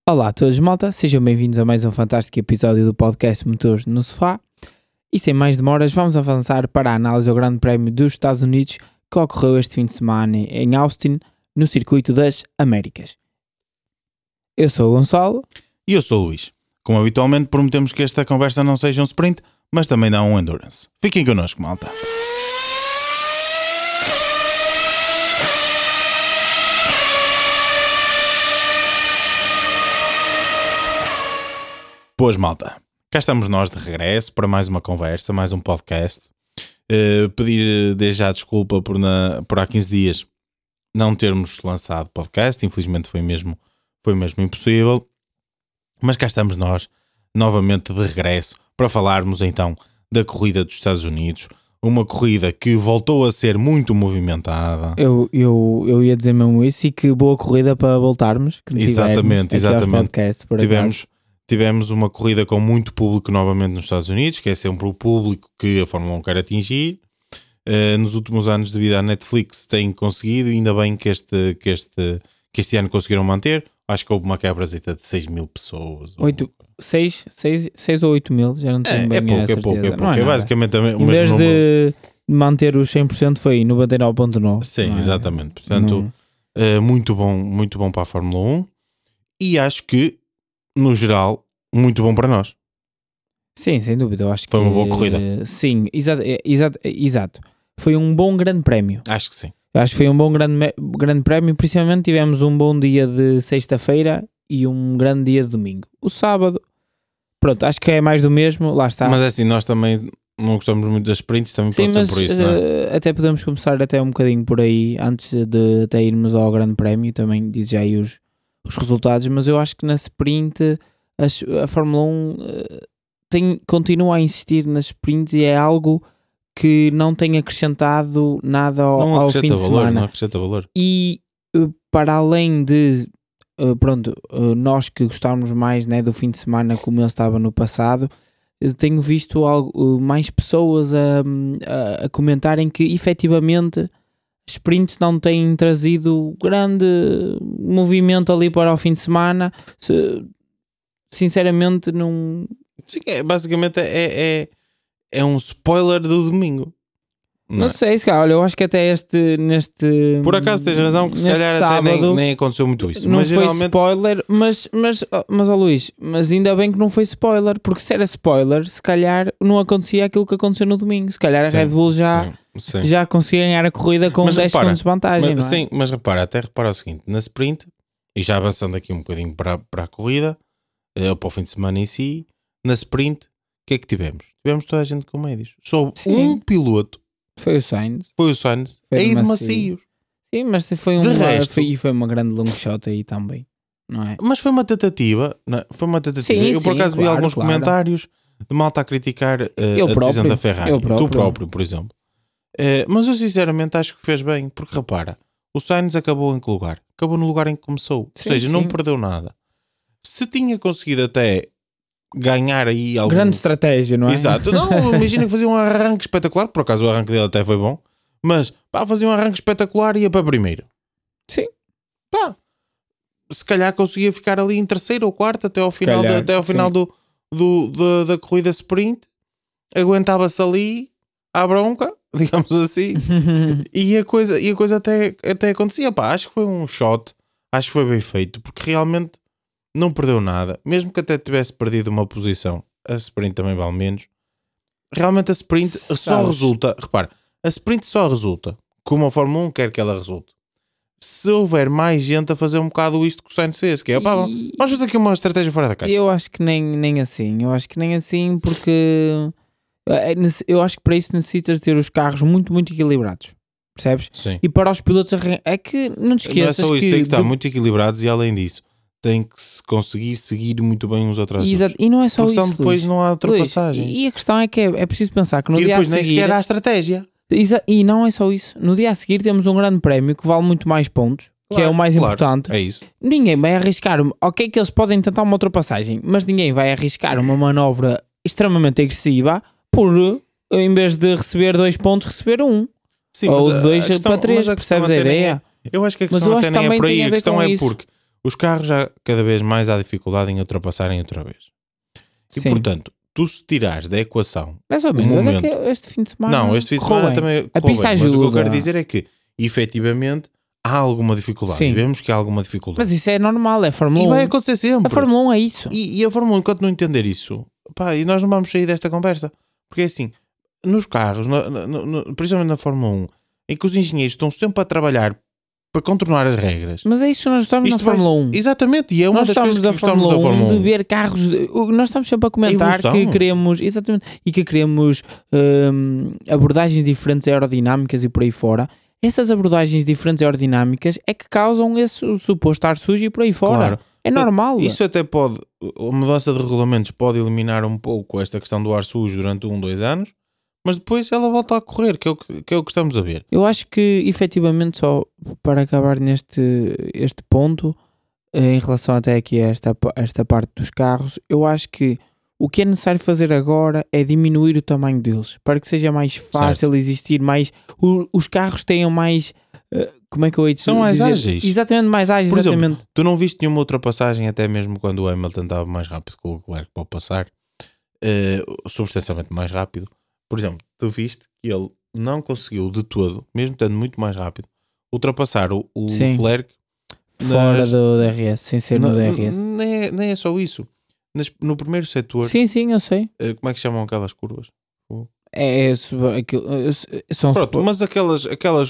Olá a todos, malta, sejam bem-vindos a mais um fantástico episódio do podcast Motores no Sofá. E sem mais demoras, vamos avançar para a análise ao Grande Prémio dos Estados Unidos que ocorreu este fim de semana em Austin, no Circuito das Américas. Eu sou o Gonçalo. E eu sou o Luís. Como habitualmente, prometemos que esta conversa não seja um sprint, mas também dá um endurance. Fiquem connosco, malta. Pois, malta, cá estamos nós de regresso para mais uma conversa, mais um podcast. Pedir desde já desculpa por há 15 dias não termos lançado podcast, infelizmente foi mesmo impossível. Mas cá estamos nós, novamente de regresso, para falarmos então da corrida dos Estados Unidos. Uma corrida que voltou a ser muito movimentada. Eu ia dizer mesmo isso, e que boa corrida para voltarmos. Que Exatamente. Podcast, Tivemos uma corrida com muito público novamente nos Estados Unidos, que é sempre o público que a Fórmula 1 quer atingir. Nos últimos anos, devido à Netflix, tem conseguido, ainda bem que este ano conseguiram manter. Acho que houve uma quebrazita de 6 mil pessoas. 6 ou 8 mil, já não tenho bem a certeza. É pouco. É basicamente o mesmo número. Em vez número. De manter os 100% foi 99.9. Sim, exatamente. Portanto, muito bom para a Fórmula 1. E acho que, no geral, muito bom para nós. Sim, sem dúvida. Eu acho foi uma boa corrida. Sim, exato. Foi um bom grande prémio. Acho que sim. Acho que foi um bom grande prémio. Principalmente tivemos um bom dia de sexta-feira e um grande dia de domingo. O sábado, pronto, acho que é mais do mesmo. Lá está. Mas é assim, nós também não gostamos muito das sprints, também sim, pode ser por isso, não é? Até podemos começar até um bocadinho por aí, antes de até irmos ao grande prémio. Também diz já aí os resultados, mas eu acho que na sprint a Fórmula 1 continua a insistir nas sprints e é algo que não tem acrescentado nada ao fim de semana. Não acrescenta valor. E para além de nós que gostávamos mais, né, do fim de semana como ele estava no passado, tenho visto mais pessoas a comentarem que efetivamente sprints não têm trazido grande movimento ali para o fim de semana. Sinceramente não... Sim, basicamente é um spoiler do domingo. Não sei, se calhar, olha, eu acho que até neste... Por acaso tens razão que se calhar sábado, até nem aconteceu muito isso. Não mas foi geralmente... spoiler, mas ó Luís, mas ainda bem que não foi spoiler, porque se era spoiler, se calhar não acontecia aquilo que aconteceu no domingo. Se calhar a Red Bull já conseguia ganhar a corrida com 10 segundos de vantagem, não é? Sim, mas repara o seguinte, na sprint, e já avançando aqui um bocadinho para a corrida, para o fim de semana em si, na sprint, o que é que tivemos? Tivemos toda a gente com médios. Só um piloto. Foi o Sainz. Aí de macios. Sim, mas foi uma grande long shot aí também, não é? Mas foi uma tentativa. Sim, eu por acaso vi alguns comentários de malta a criticar a decisão da Ferrari. Tu próprio, por exemplo. Mas eu sinceramente acho que fez bem, porque repara, o Sainz acabou em que lugar? Acabou no lugar em que começou. Ou seja, não perdeu nada. Se tinha conseguido até ganhar aí algum... Grande estratégia, não é? Exato. Não, imagina que fazia um arranque espetacular. Por acaso o arranque dele até foi bom. Mas, fazia um arranque espetacular e ia para primeiro. Sim. Se calhar conseguia ficar ali em terceiro ou quarto até ao final da corrida sprint. Aguentava-se ali à bronca, digamos assim. e a coisa até acontecia. Acho que foi um shot. Acho que foi bem feito. Porque realmente não perdeu nada. Mesmo que até tivesse perdido uma posição, a sprint também vale menos. Realmente a sprint só resulta... Repara, a sprint só resulta como a Fórmula 1 quer que ela resulte. Se houver mais gente a fazer um bocado isto que o Sainz fez, que é, vamos fazer aqui uma estratégia fora da caixa. Eu acho que nem assim. Eu acho que nem assim, porque eu acho que para isso necessitas ter os carros muito, muito equilibrados. Percebes? Sim. E para os pilotos é que não te esqueças, não é só isso, tem que estar muito equilibrados e além disso tem que se conseguir seguir muito bem uns atrás dos outros. E não é só porque isso, depois não há ultrapassagem. Luís, e a questão é que é preciso pensar que no dia a seguir... E depois nem sequer há estratégia. E não é só isso. No dia a seguir temos um grande prémio que vale muito mais pontos, que é o mais importante. É isso. Ninguém vai arriscar... Ok que eles podem tentar uma ultrapassagem, mas ninguém vai arriscar uma manobra extremamente agressiva por, em vez de receber 2 pontos, receber 1. Sim, ou 2 para 3, percebes a ideia? Eu acho que a questão até nem é por aí. A questão é porque os carros já cada vez mais há dificuldade em ultrapassarem outra vez. E Sim. portanto, tu se tirares da equação... Mais ou menos, olha que este fim de semana... Não, este fim de semana também a pista bem, mas o que eu ajuda. quero dizer é que, efetivamente, há alguma dificuldade. Sim. Vemos que há alguma dificuldade. Mas isso é normal, é Fórmula 1. E vai acontecer sempre. A Fórmula 1 é isso. E a Fórmula 1, enquanto não entender isso, pá, e nós não vamos sair desta conversa. Porque é assim, nos carros, principalmente na Fórmula 1, em que os engenheiros estão sempre a trabalhar para contornar as regras. Mas é isso que nós estamos na Fórmula 1. Exatamente, e é uma Nós das coisas que gostamos da Fórmula 1. De ver carros... Nós estamos sempre a comentar que queremos... Exatamente. E que queremos abordagens diferentes aerodinâmicas e por aí fora. Essas abordagens diferentes aerodinâmicas é que causam esse suposto ar sujo e por aí fora. Claro. É normal. Isso até pode... A mudança de regulamentos pode eliminar um pouco esta questão do ar sujo durante 2 anos, mas depois ela volta a correr, que é o que estamos a ver. Eu acho que, efetivamente, só para acabar este ponto, em relação até aqui a esta parte dos carros, eu acho que o que é necessário fazer agora é diminuir o tamanho deles, para que seja mais fácil existir mais... Os carros tenham mais... como é que eu hei de dizer? São mais ágeis. Exatamente, mais ágeis. Por exatamente. exemplo, tu não viste nenhuma ultrapassagem, até mesmo quando o Hamilton estava mais rápido que o Leclerc para passar, substancialmente mais rápido. Por exemplo, tu viste que ele não conseguiu de todo, mesmo estando muito mais rápido, ultrapassar o Leclerc fora do DRS, sem ser no DRS. Nem é só isso. No primeiro setor, sim, eu sei. como é que chamam aquelas curvas? São Pronto, mas aqueles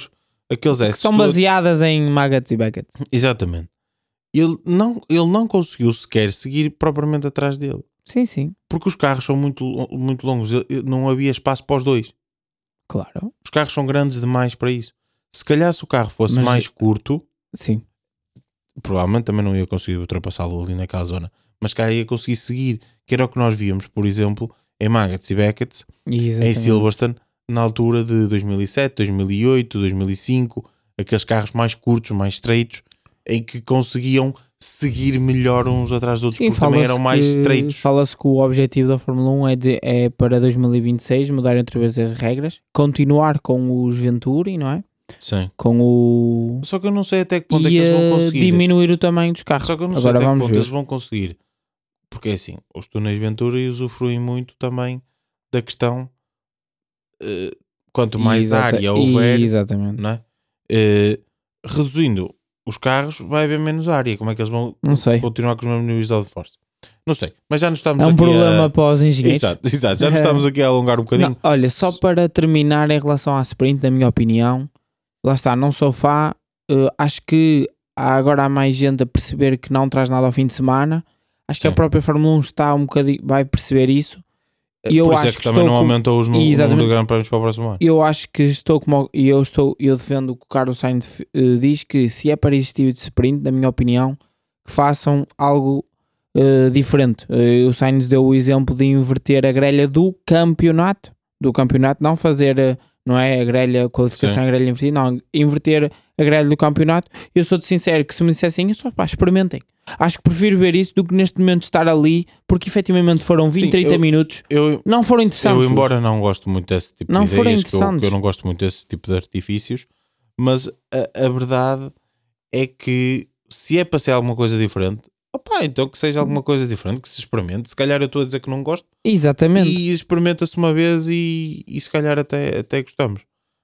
S são baseadas em Maggotts e Beckett. Exatamente. Ele não conseguiu sequer seguir propriamente atrás dele. Sim. Porque os carros são muito, muito longos. Não havia espaço para os dois. Claro. Os carros são grandes demais para isso. Se calhar se o carro fosse mais curto, sim, provavelmente também não ia conseguir ultrapassá-lo ali naquela zona. Mas cá ia conseguir seguir. Que era o que nós víamos, por exemplo, em Maggotts e Beckett, em Silverstone, na altura de 2007, 2008, 2005. Aqueles carros mais curtos, mais estreitos, em que conseguiam seguir melhor uns atrás dos outros, porque também eram mais estreitos. Fala-se que o objetivo da Fórmula 1 é para 2026 mudarem outra vez as regras, continuar com os Venturi, não é? Sim. Com o... Só que eu não sei até que ponto é que eles vão conseguir diminuir o tamanho dos carros. Só que eu não sei até que ponto eles vão conseguir. Porque é assim, os túneis Venturi usufruem muito também da questão quanto mais área houver, exatamente. não é? Reduzindo os carros, vai haver menos área. Como é que eles vão continuar com os mesmos níveis de downforce? Não sei, mas já nos estamos aqui problema para os engenheiros. Exato, já nos estamos aqui a alongar um bocadinho. Não, olha, só para terminar em relação à sprint, na minha opinião, lá está, não sou fã, acho que agora há mais gente a perceber que não traz nada ao fim de semana. Acho que a própria Fórmula 1 está um bocadinho, vai perceber isso. E eu acho que também não aumentou os números de Grande Prémios para o próximo ano. Eu acho que estou como eu defendo o que o Carlos Sainz diz, que se é para existir de sprint, na minha opinião, que façam algo diferente. O Sainz deu o exemplo de inverter a grelha do campeonato, não fazer, não é a grelha, qualificação a grelha invertida, não, inverter a grelha do campeonato. Eu sou-te sincero que se me dissessem isso, experimentem. Acho que prefiro ver isso do que neste momento estar ali, porque efetivamente foram 20, 30 minutos, não foram interessantes. Eu, embora não gosto muito desse tipo de ideias, que eu não gosto muito desse tipo de artifícios, mas a verdade é que se é para ser alguma coisa diferente, então que seja alguma coisa diferente, que se experimente. Se calhar eu estou a dizer que não gosto. Exatamente. E experimenta-se uma vez e se calhar até gostamos.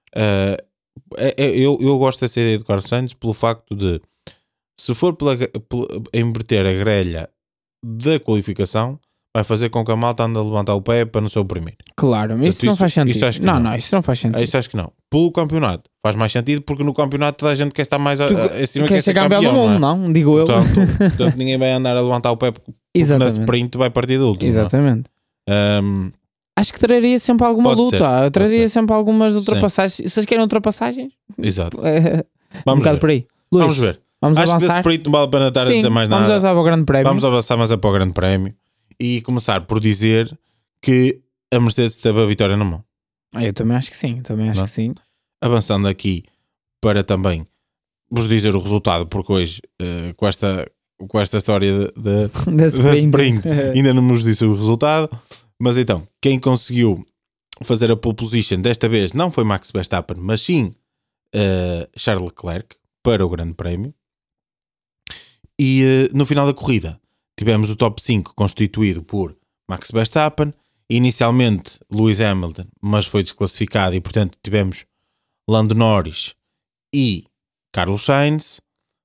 Eu gosto dessa ideia do Carlos Sainz pelo facto de, se for inverter a grelha da qualificação, vai fazer com que a malta ande a levantar o pé para não ser o primeiro. Claro, mas isso não faz sentido. Isso não faz sentido. Isso acho que não. Pelo campeonato faz mais sentido, porque no campeonato toda a gente quer estar mais acima, quer ser campeão do mundo, não? Digo eu. Portanto, ninguém vai andar a levantar o pé porque na sprint vai partir do último. Exatamente. Acho que traria sempre alguma luta. Traria sempre algumas ultrapassagens. Se vocês querem ultrapassagens, exato. Vamos ver. Por aí. Luís, vamos ver. Vamos acho avançar. Que desse sprint não vale a pena estar a dizer mais nada. Vamos avançar para o Grande Prémio. Vamos avançar mais para o Grande Prémio e começar por dizer que a Mercedes teve a vitória na mão. Eu também acho que sim. Que sim. Avançando aqui para também vos dizer o resultado, porque hoje com esta história da sprint ainda não nos disse o resultado. Mas então, quem conseguiu fazer a pole position desta vez não foi Max Verstappen, mas sim Charles Leclerc para o Grande Prémio. E no final da corrida tivemos o top 5 constituído por Max Verstappen, inicialmente Lewis Hamilton, mas foi desclassificado e portanto tivemos Lando Norris e Carlos Sainz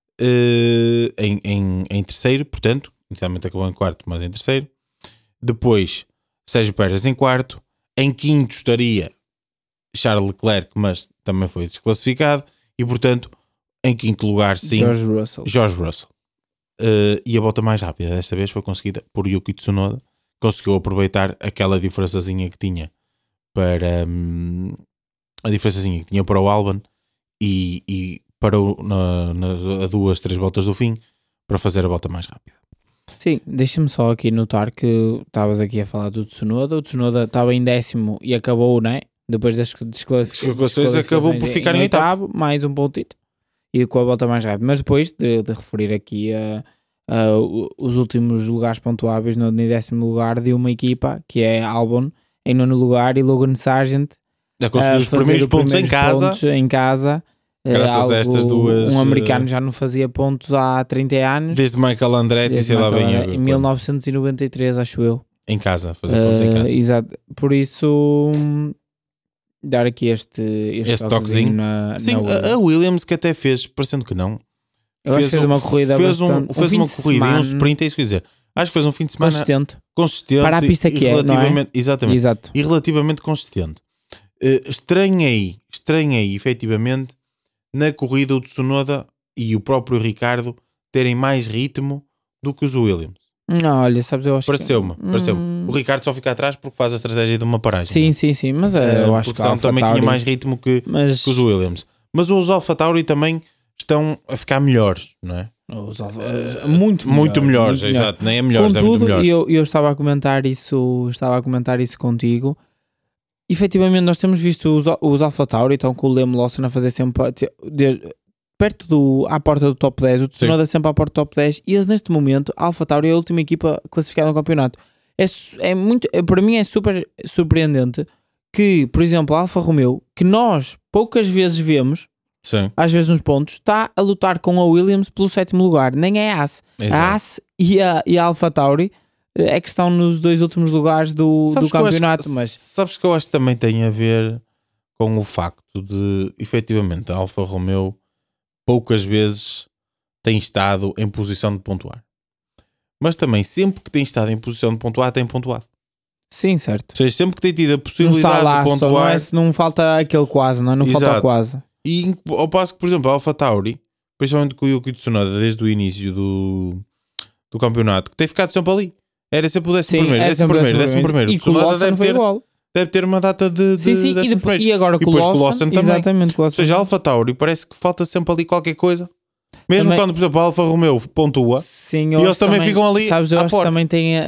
em terceiro, portanto, inicialmente acabou em quarto, mas em terceiro. Depois Sérgio Pérez em quarto, em quinto estaria Charles Leclerc, mas também foi desclassificado, e portanto em quinto lugar sim, George Russell. E a volta mais rápida desta vez foi conseguida por Yuki Tsunoda. Conseguiu aproveitar aquela diferençazinha que tinha para o Albon e parou a 2-3 voltas do fim para fazer a volta mais rápida. Sim, deixa-me só aqui notar que estavas aqui a falar do Tsunoda. O Tsunoda estava em 10º e acabou, não é? Depois das desclassificações acabou por ficar em oitavo, mais um pontito e com a volta mais rápida. Mas depois de referir aqui os últimos lugares pontuáveis, no 10º lugar de uma equipa que é Albon, em 9º lugar, e Logan Sargent a conseguir os primeiros pontos em casa. Graças a estas duas. Um americano já não fazia pontos há 30 anos. Desde Michael Andretti, sei lá bem. Em 1993, acho eu. Em casa, fazer pontos em casa. Exato. Por isso, dar aqui este toquezinho na Williams. A Williams que até fez, parecendo que não, fez uma corrida fez uma corrida e um sprint, é isso que eu ia dizer. Acho que fez um fim de semana consistente para a pista que relativamente, não é? Exatamente. Exato. E relativamente consistente. Estranhei efetivamente na corrida o Tsunoda e o próprio Ricardo terem mais ritmo do que os Williams. Não, olha, sabes, eu acho Pareceu-me. O Ricardo só fica atrás porque faz a estratégia de uma paragem. Sim, mas eu acho que o também tinha mais ritmo que os Williams. Mas os AlphaTauri também estão a ficar melhores, não é? Muito melhores, exato, nem é melhores, contudo, é muito melhores. Eu estava a comentar isso contigo. Efetivamente nós temos visto os AlphaTauri, então com o Liam Lawson a fazer sempre à porta do top 10, o Tsunoda sempre à porta do top 10, e eles neste momento, a AlphaTauri é a última equipa classificada no campeonato. Para mim é super surpreendente que, por exemplo, a Alfa Romeo, que nós poucas vezes vemos, às vezes nos pontos, está a lutar com a Williams pelo 7º lugar, nem é a Haas. Exato. A Haas e a AlphaTauri é que estão nos 2 últimos lugares do campeonato. Mas sabes que eu acho que também tem a ver com o facto de, efetivamente, a Alfa Romeo poucas vezes tem estado em posição de pontuar. Mas também, sempre que tem estado em posição de pontuar, tem pontuado. Sim, certo. Ou seja, sempre que tem tido a possibilidade lá, de pontuar... não falta aquele quase, não é? Não falta o quase. E ao passo que, por exemplo, a AlphaTauri, principalmente com o Yuki Tsunoda, desde o início do campeonato, que tem ficado sempre ali. Era sempre o 11º, 11º. E com o Lawson foi igual. Deve ter uma data de e agora com o Lawson também. Exatamente, ou seja, a AlphaTauri parece que falta sempre ali qualquer coisa. Mesmo também, quando, por exemplo, a Alfa Romeo pontua, sim, e eles também ficam ali. Sabes, eu acho que também tem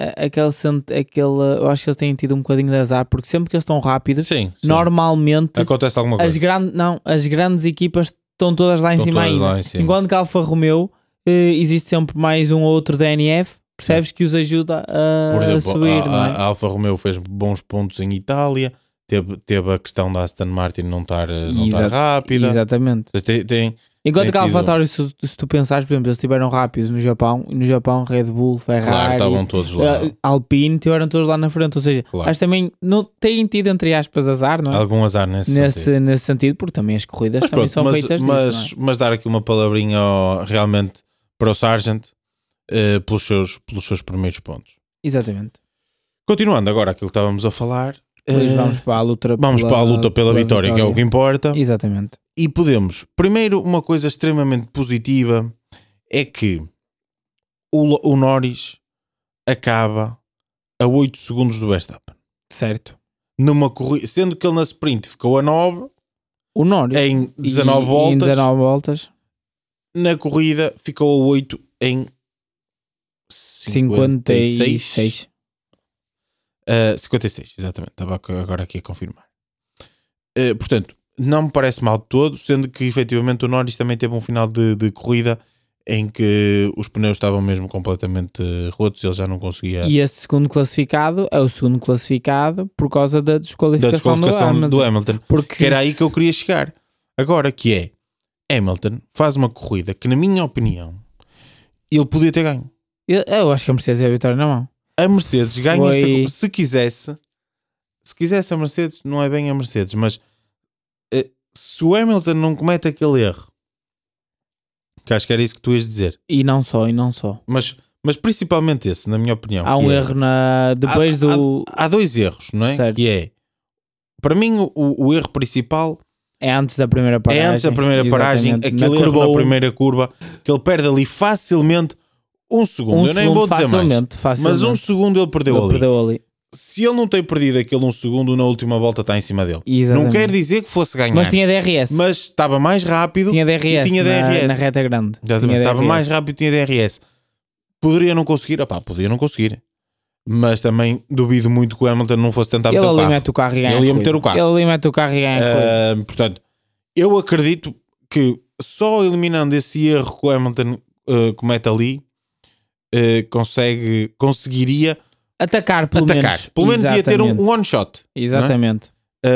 eu acho que eles têm tido um bocadinho de azar, porque sempre que eles estão rápidos, normalmente acontece alguma coisa. As grandes equipas estão todas lá em cima ainda. Enquanto que a Alfa Romeo existe sempre mais um ou outro DNF, percebes, que os ajuda por exemplo, subir. A Alfa Romeo fez bons pontos em Itália, teve a questão da Aston Martin não estar rápida. Exatamente. Enquanto que a AlphaTauri, se tu pensares, por exemplo, eles estiveram rápidos no Japão, e no Japão Red Bull, Ferrari, estavam todos lá. Alpine, estiveram todos lá na frente, ou seja, acho também não têm tido, entre aspas, azar, não é? Algum azar nesse sentido, porque também as corridas também são feitas disso, mas dar aqui uma palavrinha realmente para o Sargent pelos seus primeiros pontos. Exatamente. Continuando agora aquilo que estávamos a falar, vamos para a luta pela vitória, que é o que importa. Exatamente. E podemos, primeiro, uma coisa extremamente positiva é que o Norris acaba a 8 segundos do Verstappen. Certo. Numa corrida, sendo que ele na sprint ficou a 9, o Norris em 19 voltas. Na corrida ficou a 8 em 56. 56, exatamente. Estava agora aqui a confirmar. Portanto, não me parece mal de todo, sendo que efetivamente o Norris também teve um final de corrida em que os pneus estavam mesmo completamente rotos e ele já não conseguia... E esse segundo classificado é o segundo classificado por causa da desqualificação do Hamilton. Que era aí que eu queria chegar. Agora, que é, Hamilton faz uma corrida que, na minha opinião, ele podia ter ganho. Eu acho que a Mercedes é a vitória na mão. A Mercedes ganha Foi- esta... Se quisesse a Mercedes, não é bem a Mercedes, mas se o Hamilton não comete aquele erro, que acho que era isso que tu ias dizer, E não só. mas principalmente esse, na minha opinião. Há um que é- erro depois do... Há dois erros, não é? Certo. Que é, para mim, o erro principal É antes da primeira paragem. é antes da primeira paragem, Exatamente. aquele erro curva na um, primeira curva, que ele perde ali facilmente um segundo. Eu nem vou dizer mais. facilmente. Mas um segundo ele perdeu Ele ali. perdeu ali. Se ele não tem perdido aquele um segundo, na última volta está em cima dele. Exatamente. Não quer dizer que fosse ganhar. Mas tinha DRS. Mas estava mais rápido Tinha DRS, e tinha DRS. Na reta grande. Exatamente. Tinha Estava DRS. mais rápido e tinha DRS. Poderia não conseguir? Opá, poderia não conseguir. Mas também duvido muito que o Hamilton não fosse tentar Ele meter o ali carro. mete o carro e ganha Ele ia a meter o corrida. carro. Ele ali mete o carro e ganha a corrida. Portanto, eu acredito que só eliminando esse erro que o Hamilton comete ali, conseguiria Atacar, pelo menos. Pelo menos ia ter um Exatamente. one shot. Exatamente.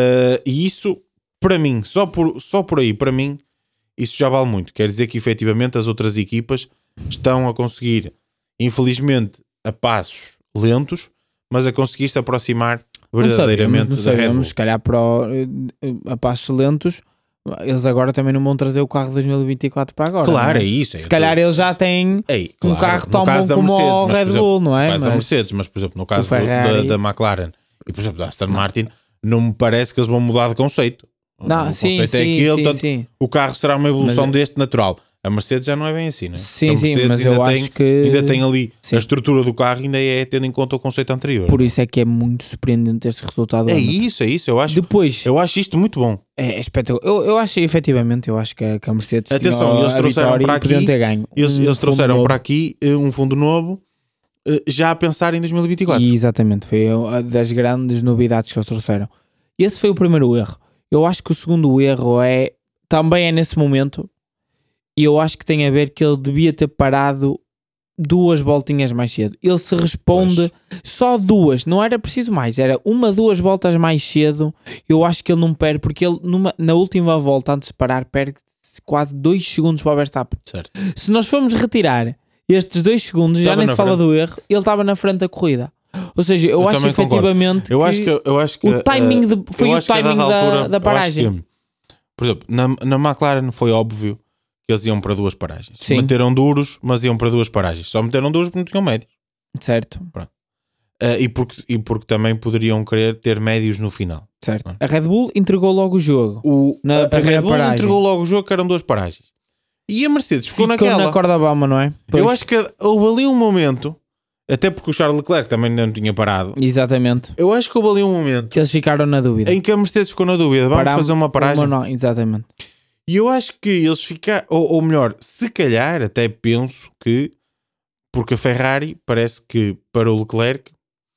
E isso, para mim, só por aí, para mim, isso já vale muito. Quer dizer que efetivamente as outras equipas estão a conseguir, infelizmente, a passos lentos, mas a conseguir se aproximar verdadeiramente não da Red Bull. sabemos, se calhar a passos lentos, eles agora também não vão trazer o carro de 2024 para agora. Claro, não é isso. Se calhar eles já têm um carro tão bom como o Red Bull, não é? No caso da Mercedes, mas por exemplo, no caso da McLaren e por exemplo da Aston Martin, não me parece que eles vão mudar de conceito. Não, o sim, conceito é sim, aquele, sim, portanto, sim. o carro será uma evolução Mas- deste natural. A Mercedes já não é bem assim, não é? Sim, Porque a sim, Mercedes mas eu acho que... ainda tem ali Sim. a estrutura do carro, ainda é tendo em conta o conceito anterior. Por isso é que é muito surpreendente este resultado. É isso, eu acho isto muito bom. É espetacular. Eu acho, efetivamente, que a Mercedes Atenção, tinha eles a trouxeram vitória para e podiam aqui- ter ganho. Eles fundo trouxeram novo. para aqui um fundo novo, já a pensar em 2024. E exatamente, foi uma das grandes novidades que eles trouxeram. Esse foi o primeiro erro. Eu acho que o segundo erro também é nesse momento, e eu acho que tem a ver que ele devia ter parado 2 voltinhas mais cedo. Ele se responde só 2, não era preciso mais, era 2 voltas mais cedo. Eu acho que ele não perde, porque ele na última volta, antes de parar, perde quase 2 segundos para o Verstappen. Certo. Se nós formos retirar estes 2 segundos, já Estava nem na se fala frente. do erro, ele estava na frente da corrida. Ou seja, eu acho também concordo. efetivamente Eu acho que o timing foi eu o acho que a timing dada altura, da eu paragem. acho que, por exemplo, na McLaren foi óbvio que eles iam para 2 paragens. Sim. Meteram duros, mas iam para 2 paragens. Só meteram duros porque não tinham médios. Certo, E porque também poderiam querer ter médios no final. certo. A Red Bull entregou logo o jogo. A Na Red primeira Bull paragem. entregou logo o jogo que eram 2 paragens. E a Mercedes ficou naquela. na corda bamba, não é? Eu Pois. acho que houve ali um momento, até porque o Charles Leclerc também ainda não tinha parado. Exatamente. Eu acho que houve ali um momento Que eles ficaram na dúvida. em que a Mercedes ficou na dúvida. Vamos fazer uma paragem. Não, exatamente. E eu acho que eles ficaram, ou melhor, se calhar, até penso que, porque a Ferrari parece que para o Leclerc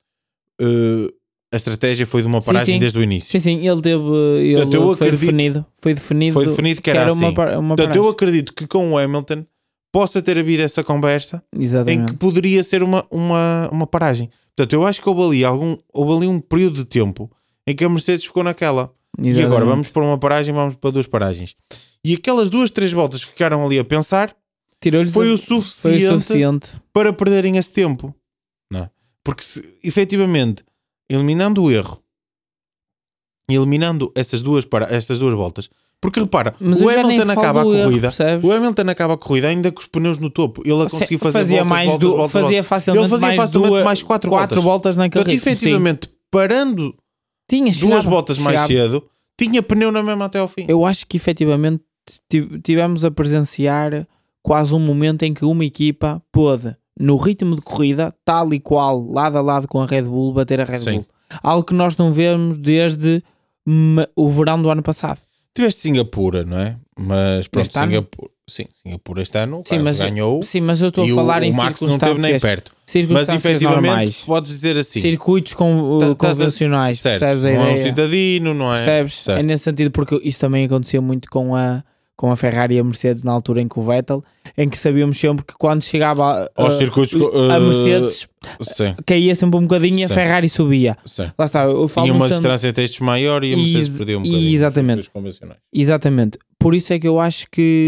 a estratégia foi de uma paragem sim. desde o início. Sim, ele teve. Portanto, eu Foi acredito- definido. Foi definido que era assim. uma Portanto, paragem. eu acredito que com o Hamilton possa ter havido essa conversa em Exatamente. que poderia ser uma paragem. Portanto, eu acho que houve ali um período de tempo em que a Mercedes ficou naquela. Exatamente. E agora vamos para uma paragem, vamos para 2 paragens. E aquelas 2, 3 voltas que ficaram ali a pensar Tirou-lhes foi o foi suficiente para perderem esse tempo. Não é? Porque efetivamente, eliminando o erro, eliminando essas duas voltas, porque repara, Mas o eu já nem Hamilton falo acaba a do erro, corrida, percebes? o Hamilton acaba a corrida ainda com os pneus no topo. Ele a conseguir fazer fazia voltas. fazia facilmente Ele fazia mais facilmente mais 4 voltas naquele Portanto, ritmo. efetivamente, parando Tinha 2 voltas mais chegava. cedo, tinha pneu na mesma até ao fim. Eu acho que efetivamente tivemos a presenciar quase um momento em que uma equipa pôde, no ritmo de corrida, tal e qual, lado a lado com a Red Bull, bater a Red Sim. Bull. Algo que nós não vemos desde o verão do ano passado. Tiveste Singapura, não é? Mas pronto, Este ano? Singapura este ano Sim, mas ganhou. Sim, mas eu estou a E falar em o Max não esteve nem circunstâncias, perto. Mas circunstâncias efetivamente normais. podes dizer assim, Circuitos convencionais, certo, percebes a não é um ideia? cidadino, não é? Percebes? Certo. É nesse sentido, porque isso também acontecia muito com a Ferrari e a Mercedes na altura em que o Vettel, em que sabíamos sempre que quando chegava Aos circuitos a Mercedes sim, caía sempre um bocadinho e a Sim. Ferrari subia. sim. Lá está, eu falo Tinha uma no centro- distância em testes maior e a Mercedes perdeu um bocadinho. exatamente. Nos circuitos convencionais. Exatamente. Por isso é que eu acho que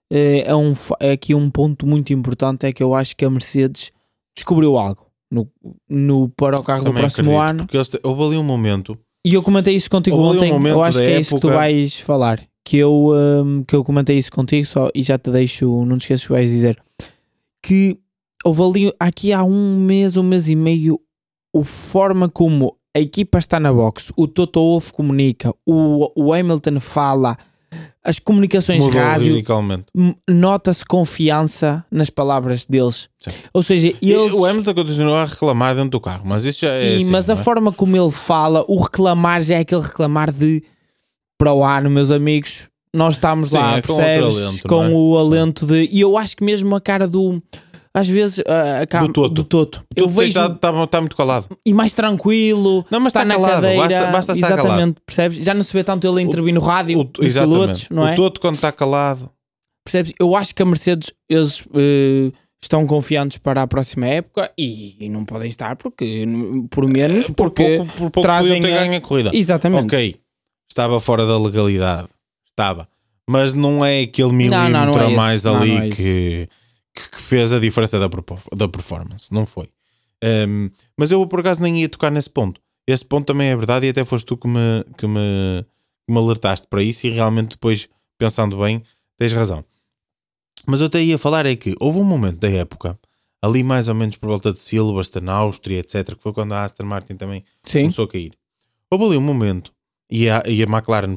aqui um ponto muito importante, é que eu acho que a Mercedes descobriu algo para o carro Também do próximo ano. Porque houve ali um momento. E eu comentei isso contigo ontem, eu acho que é isso que tu vais falar. Que eu comentei isso contigo e já te deixo, não te esqueças que vais dizer. Que houve ali, aqui há um mês e meio, a forma como a equipa está na box, o Toto Wolff comunica, o Hamilton fala, as comunicações Mudou rádio, radicalmente. Nota-se confiança nas palavras deles. Sim. Ou seja, eles... O Hamilton continua a reclamar dentro do carro, mas isso já é assim, mas a forma como ele fala, o reclamar já é aquele reclamar de para o ano, meus amigos, nós estamos lá, percebes? Alento, com o alento de... E eu acho que mesmo a cara do... Às vezes a cara do Toto. Eu vejo... Está muito calado. E mais tranquilo. Não, mas está na calado. cadeira. Basta estar exatamente, calado. Percebes? Já não se vê tanto ele intervir no rádio dos exatamente. pilotos, não é? O Toto quando está calado. Percebes? Eu acho que a Mercedes, eles estão confiantes para a próxima época e não podem estar porque, por menos, porque por pouco trazem ter ganho a corrida. Exatamente. Ok, estava fora da legalidade. Estava. Mas não é aquele milímetro não é a mais isso. ali não é que fez a diferença da performance. Não foi. Mas eu por acaso nem ia tocar nesse ponto. Esse ponto também é verdade e até foste tu que me alertaste para isso e realmente depois, pensando bem, tens razão. Mas eu até ia falar é que houve um momento da época, ali mais ou menos por volta de Silverstone, Áustria, etc., que foi quando a Aston Martin também começou a cair. Houve ali um momento, e a McLaren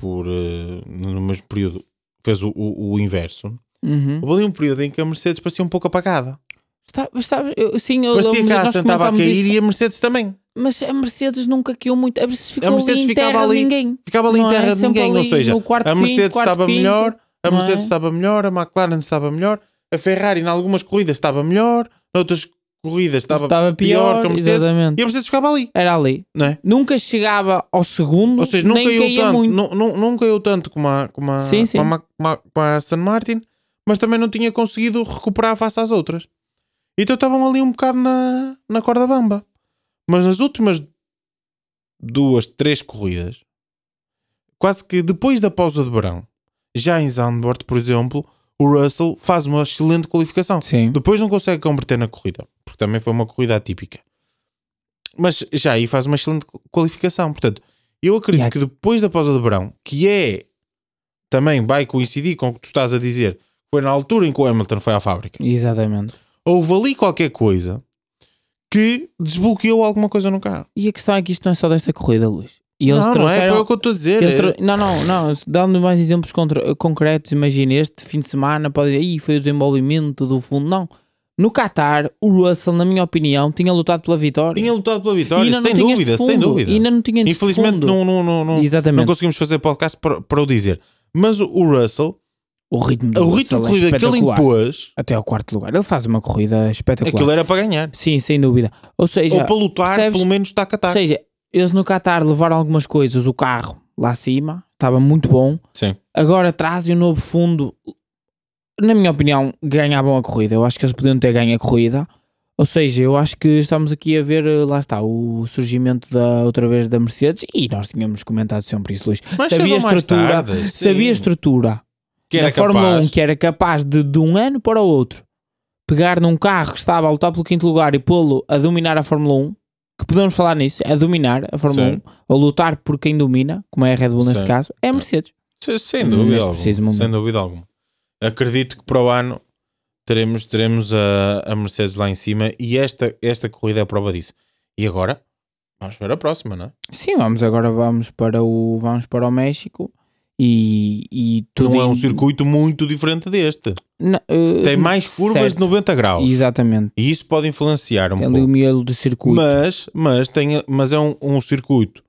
no mesmo período fez o inverso. Houve ali um período em que a Mercedes parecia um pouco apagada. Parecia que a Aston estava a cair e a Mercedes também. Mas a Mercedes nunca caiu muito. A Mercedes ficava ali em terra de ninguém. Ou seja, a Mercedes estava melhor, a Mercedes estava melhor, a McLaren estava melhor, a Ferrari em algumas corridas estava melhor, noutras corridas estava pior que a Mercedes, exatamente. E a Mercedes ficava ali. Era ali. Não é? Nunca chegava ao segundo, ou seja, nem caía muito. Não caiu tanto como a Aston Martin, mas também não tinha conseguido recuperar face às outras. Então estavam ali um bocado na corda bamba. Mas nas últimas 2-3 corridas, quase que depois da pausa de verão, já em Zandvoort, por exemplo, o Russell faz uma excelente qualificação. Sim. Depois não consegue converter na corrida, porque também foi uma corrida atípica. Mas já aí faz uma excelente qualificação. Portanto, eu acredito que depois da pausa de verão, que também vai coincidir com o que tu estás a dizer, foi na altura em que o Hamilton foi à fábrica. Exatamente. Houve ali qualquer coisa que desbloqueou alguma coisa no carro. E a questão é que isto não é só desta corrida, Luís. E eles não é o que eu estou a dizer. Não, dando mais exemplos concretos, imagina, este fim de semana pode dizer, foi o desenvolvimento do fundo. Não. No Qatar, o Russell, na minha opinião, tinha lutado pela vitória. Sem dúvida. E ainda não tinha infelizmente não conseguimos fazer podcast para o dizer. Mas o Russell, o ritmo de corrida que ele impôs até ao quarto lugar, ele faz uma corrida espetacular. Aquilo era para ganhar. Sim, sem dúvida. Ou para lutar, pelo menos está a Qatar. Ou seja, eles no Qatar levaram algumas coisas, o carro lá acima estava muito bom. Sim. Agora trazem um novo fundo. Na minha opinião, ganhavam a corrida. Eu acho que eles podiam ter ganho a corrida. Ou seja, eu acho que estamos aqui a ver, lá está, o surgimento outra vez da Mercedes, e nós tínhamos comentado sempre isso, Luís. Mas sabia a estrutura que era da Fórmula 1 que era capaz de um ano para o outro pegar num carro que estava a lutar pelo quinto lugar e pô-lo a dominar a Fórmula 1, que podemos falar nisso, a dominar a Fórmula 1, ou lutar por quem domina, como é a Red Bull neste caso, é a Mercedes. Sem dúvida alguma. Acredito que para o ano teremos a Mercedes lá em cima e esta corrida é a prova disso. E agora vamos para a próxima, não é? Sim, vamos para o México e tudo não é um circuito muito diferente deste. Tem mais curvas de 90 graus. Exatamente. E isso pode influenciar um pouco. Tem o miolo do circuito. Mas é um circuito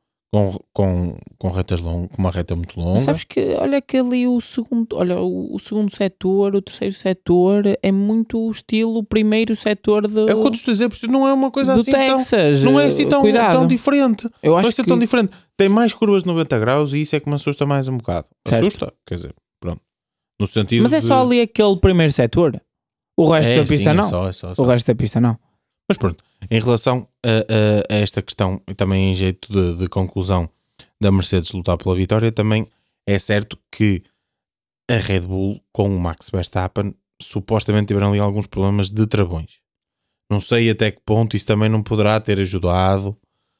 com retas longas, com uma reta muito longa. Mas sabes que, olha que ali o segundo setor, o terceiro setor é muito o estilo primeiro setor é o que eu estou a dizer, porque não é uma coisa do assim Texas. Não é assim tão diferente. Eu acho que tão diferente. Tem mais curvas de 90 graus e isso é que me assusta mais um bocado. Certo. Assusta? Quer dizer, pronto. No sentido mas é só ali aquele primeiro setor. O resto da pista não. Só. O resto da pista não. Mas pronto, em relação a esta questão, também em jeito de conclusão da Mercedes lutar pela vitória, também é certo que a Red Bull com o Max Verstappen supostamente tiveram ali alguns problemas de travões. Não sei até que ponto isso também não poderá ter ajudado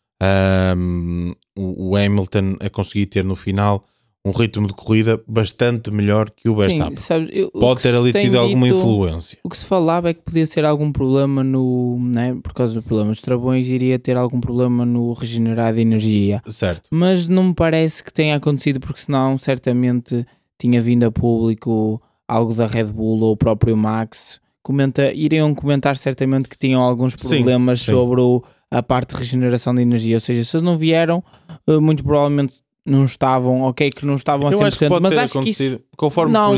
o Hamilton a conseguir ter no final um ritmo de corrida bastante melhor que o Verstappen. Sim, sabes, pode ter ali tido alguma influência. O que se falava é que podia ser algum problema por causa do problema dos travões, iria ter algum problema no regenerar de energia. Certo. Mas não me parece que tenha acontecido, porque senão certamente tinha vindo a público algo da Red Bull ou o próprio Max. Iriam comentar certamente que tinham alguns problemas sobre a parte de regeneração de energia. Ou seja, se eles não vieram, muito provavelmente não estavam, que não estavam a 100%, acho que pode mas ter acho que isso conforme, não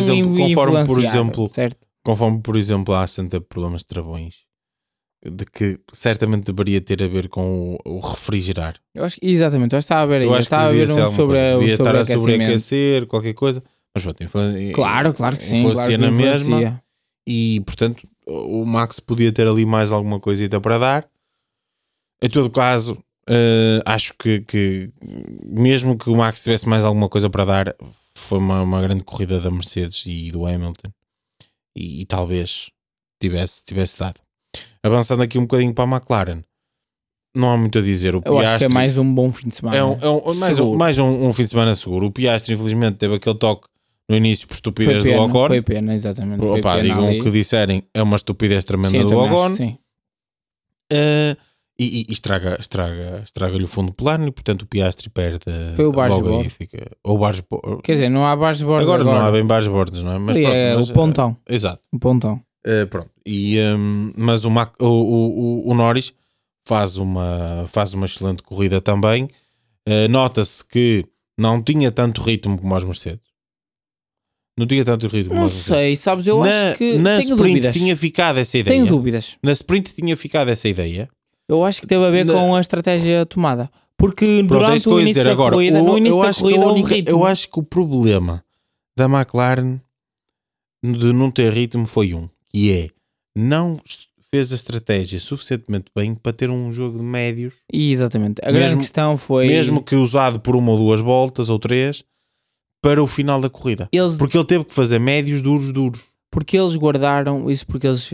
por exemplo, a Aston teve problemas de travões, de que certamente deveria ter a ver com o refrigerar. Eu acho que estava a ver aí. Eu acho que estava a ver devia estar a sobreaquecer, qualquer coisa. Mas pronto, claro que sim, influencia na mesma. E portanto o Max podia ter ali mais alguma coisita para dar. Em todo caso, acho que mesmo que o Max tivesse mais alguma coisa para dar, foi uma grande corrida da Mercedes e do Hamilton, e talvez tivesse dado. Avançando aqui um bocadinho para a McLaren, não há muito a dizer. Eu acho que é mais um bom fim de semana. Mais um fim de semana seguro. O Piastri infelizmente teve aquele toque no início por estupidez do Ocon. Foi pena, exatamente. Digam o que disserem, é uma estupidez tremenda do Ocon. Sim. E estraga-lhe o fundo plano, e portanto o Piastri perde. Foi o Barsbords. Quer dizer, não há Barsbords agora. Não há bem Barsbords, não é? Mas, o pontão. Exato. O pontão. Pronto. Mas o Norris faz uma excelente corrida também. Nota-se que não tinha tanto ritmo como os Mercedes. Não tinha tanto ritmo. Não sei, sabes, eu acho que na tenho sprint dúvidas. Tinha ficado essa ideia. Tenho dúvidas. Na sprint tinha ficado essa ideia. Eu acho que teve a ver com a estratégia tomada. Porque durante o início da corrida, houve ritmo. Eu acho que o problema da McLaren de não ter ritmo foi que é, não fez a estratégia suficientemente bem para ter um jogo de médios. Exatamente. A grande questão foi... Mesmo que usado por uma ou duas voltas ou três, para o final da corrida. Porque ele teve que fazer médios duros. Porque eles guardaram isso, porque eles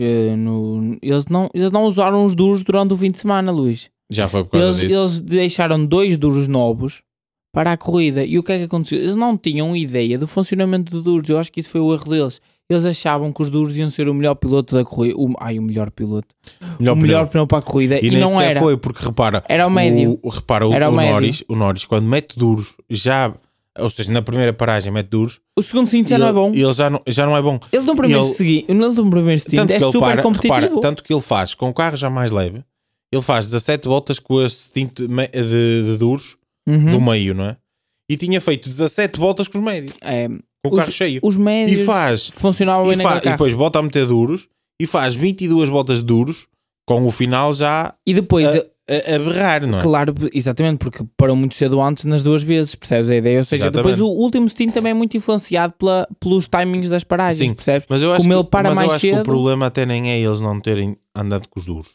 não usaram os duros durante o fim de semana, Luís. Já foi por causa disso. Eles deixaram 2 duros novos para a corrida. E o que é que aconteceu? Eles não tinham ideia do funcionamento de duros. Eu acho que isso foi o erro deles. Eles achavam que os duros iam ser o melhor piloto da corrida. O melhor piloto. O melhor pneu para a corrida. E não era. Foi, porque repara. Era o médio. O Norris, quando mete duros, ou seja, na primeira paragem mete duros. O segundo stint já não é bom. Ele já não é bom. Ele no primeiro stint é super competitivo. Repara, tanto que ele faz, com o carro já mais leve, ele faz 17 voltas com a stint de duros do meio, não é? E tinha feito 17 voltas com os médios. Com o carro cheio. Os médios funcionavam bem naquele carro. E depois volta a meter duros e faz 22 voltas de duros, com o final já... E depois... a berrar, não é? Claro, exatamente, porque parou muito cedo antes nas 2 vezes, percebes a ideia? Ou seja, depois o último stint também é muito influenciado pelos timings das paragens, percebes? Mas eu acho ele para mais cedo... que o problema até nem é eles não terem andado com os duros.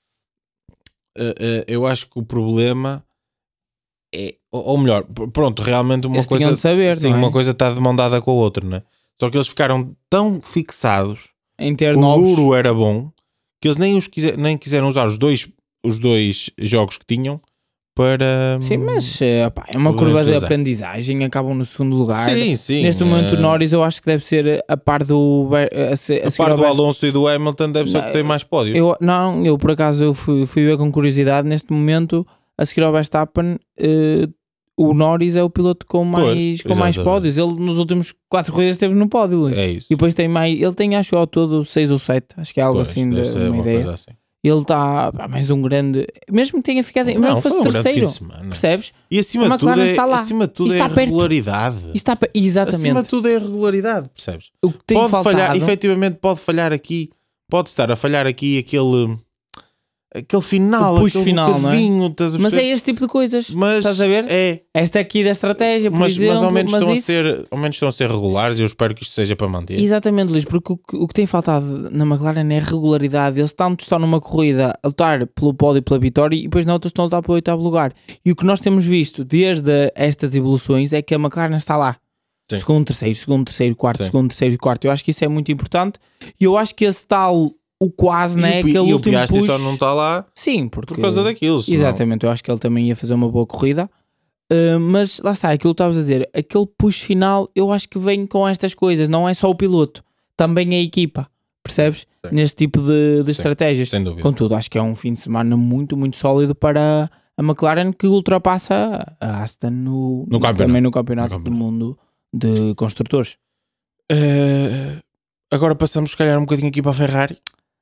Eu acho que o problema é... Ou melhor, pronto, realmente uma eles coisa... De saber, sim, uma coisa está de mão dada com a outra, não é? Só que eles ficaram tão fixados em ter novos... O duro era bom, que eles nem quiseram usar os dois jogos que tinham para... Sim, mas é uma curva de aprendizagem, acabam no segundo lugar. Sim. Neste momento o Norris eu acho que deve ser a par do... A par do Alonso e do Hamilton deve ser o que tem mais pódios. Eu por acaso eu fui ver com curiosidade, neste momento a seguir ao Verstappen o Norris é o piloto com mais pódios. Ele nos últimos 4 corridas esteve no pódio, Luís. É isso. E depois tem mais... Ele tem, acho, ao todo 6 ou 7. Acho que é algo assim, de uma ideia. Assim. Ele está mais um grande... Mesmo que tenha ficado... Mesmo que fosse terceiro. Percebes? E acima de tudo é a regularidade. Exatamente. Acima de tudo é a regularidade, percebes? O que tem faltado... Efetivamente pode falhar aqui... Pode estar a falhar aqui aquele final, aquele final, bocadinho, não é? Mas é este tipo de coisas, estás a ver? É. Esta aqui da estratégia, por exemplo. Mas ao menos estão a ser regulares e eu espero que isto seja para manter. Exatamente, Luís, porque o que tem faltado na McLaren é a regularidade. Eles tanto estão numa corrida a lutar pelo pódio e pela vitória e depois na outra estão a lutar pelo 8º lugar. E o que nós temos visto desde estas evoluções é que a McLaren está lá. Sim. Segundo, terceiro, quarto, Sim. segundo, terceiro e quarto. Eu acho que isso é muito importante. E eu acho que esse tal, o quase, né? Aquele E o último Piastri push. só não está lá Sim, porque... por causa daquilo. Senão... Exatamente, eu acho que ele também ia fazer uma boa corrida. Mas lá está, aquilo que estavas a dizer, aquele push final, eu acho que vem com estas coisas, não é só o piloto, também a equipa, percebes? Sim. Neste tipo de Sim, estratégias. sem dúvida. Contudo, acho que é um fim de semana muito, muito sólido para a McLaren, que ultrapassa a Aston também no campeonato do mundo de construtores. Agora passamos, se calhar, um bocadinho aqui para a Ferrari.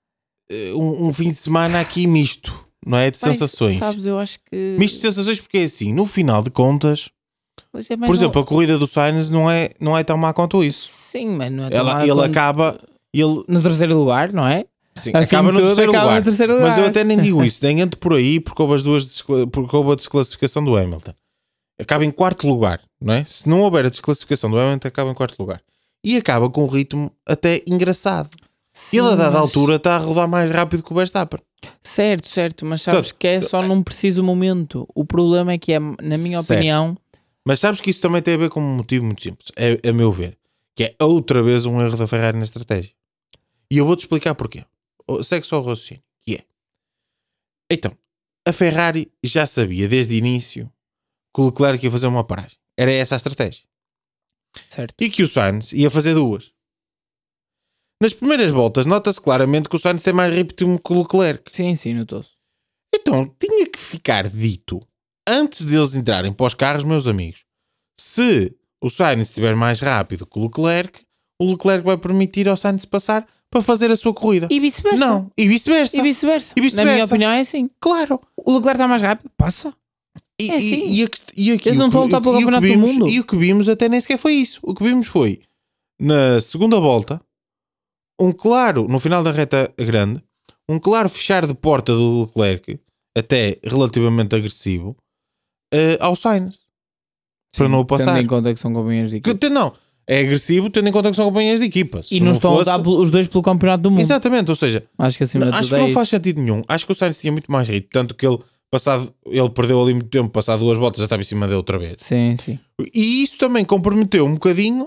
Um fim de semana aqui misto, não é? De sensações. Sabes, eu acho que... Misto de sensações porque é assim, no final de contas, por exemplo, a corrida do Sainz não é tão má quanto isso. Sim, mas não é tão má Ele quanto... acaba... No terceiro lugar, não é? Sim, acaba no terceiro lugar. Mas eu até nem digo isso, nem entro por aí porque houve a desclassificação do Hamilton. Acaba em quarto lugar, não é? Se não houver a desclassificação do Hamilton, acaba em quarto lugar. E acaba com um ritmo até engraçado. Sim, ele a dada altura está a rodar mais rápido que o Verstappen. Certo, mas sabes que é só num preciso momento. O problema é que é, na minha opinião... Mas sabes que isso também tem a ver com um motivo muito simples, a meu ver, que é outra vez um erro da Ferrari na estratégia. E eu vou-te explicar porquê. Segue só o raciocínio, que é... Então, a Ferrari já sabia desde o início que o Leclerc ia fazer uma paragem. Era essa a estratégia. Certo. E que o Sainz ia fazer duas. Nas primeiras voltas, nota-se claramente que o Sainz tem mais ritmo que o Leclerc. Sim, notou-se. Então, tinha que ficar dito, antes deles entrarem para os carros, meus amigos, se o Sainz estiver mais rápido que o Leclerc vai permitir ao Sainz passar para fazer a sua corrida. E vice-versa. Não, e vice-versa. Na minha opinião é assim. Claro. O Leclerc está mais rápido, passa. É assim. Eles não estão a lutar pelo campeonato do mundo. E o que vimos até nem sequer foi isso. O que vimos foi, na segunda volta, no final da reta grande, um claro fechar de porta do Leclerc, até relativamente agressivo, ao Sainz. Para não o passar. Tendo em conta que são companheiros de equipa. Não, é agressivo tendo em conta que são companheiros de equipa. E não estão a lutar os dois pelo campeonato do mundo. Exatamente, ou seja, acho que não faz sentido nenhum. Acho que o Sainz tinha muito mais ritmo, tanto que ele perdeu ali muito tempo, passado 2 voltas, já estava em cima dele outra vez. Sim. E isso também comprometeu um bocadinho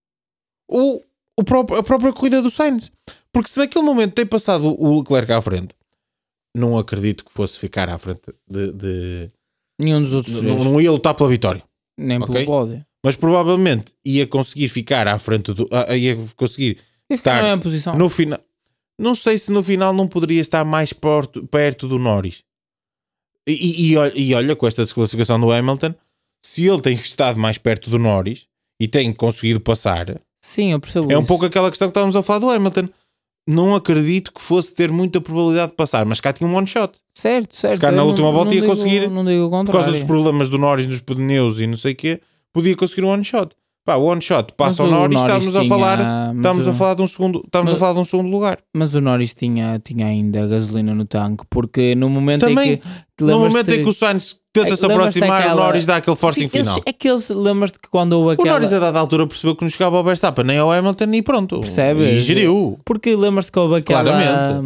a própria corrida do Sainz. Porque se naquele momento tem passado o Leclerc à frente, não acredito que fosse ficar à frente de nenhum dos outros três. Não ia lutar pela vitória. Nem pelo pódio. Mas provavelmente ia conseguir ficar à frente ia conseguir estar na mesma posição. No final. Não sei se no final não poderia estar mais perto do Norris. E olha, com esta desclassificação do Hamilton, se ele tem estado mais perto do Norris e tem conseguido passar, sim, eu percebo é um isso. pouco aquela questão que estávamos a falar do Hamilton. Não acredito que fosse ter muita probabilidade de passar, mas cá tinha um one shot. Certo. Se cá na última volta ia conseguir, não digo o contrário. por causa dos problemas do Norris nos pneus e não sei o quê, podia conseguir um one shot. Pá, o one shot passa ao Norris, estamos a falar de um segundo lugar. Mas o Norris tinha ainda gasolina no tanque, porque no momento também, em que o Sainz tenta se aproximar, o Norris dá aquele forcing final. Lembras-te que quando houve aquela... O Norris a dada altura percebeu que não chegava ao Verstappen nem ao Hamilton e pronto. Percebes? E geriu. Porque lembras-te que houve aquela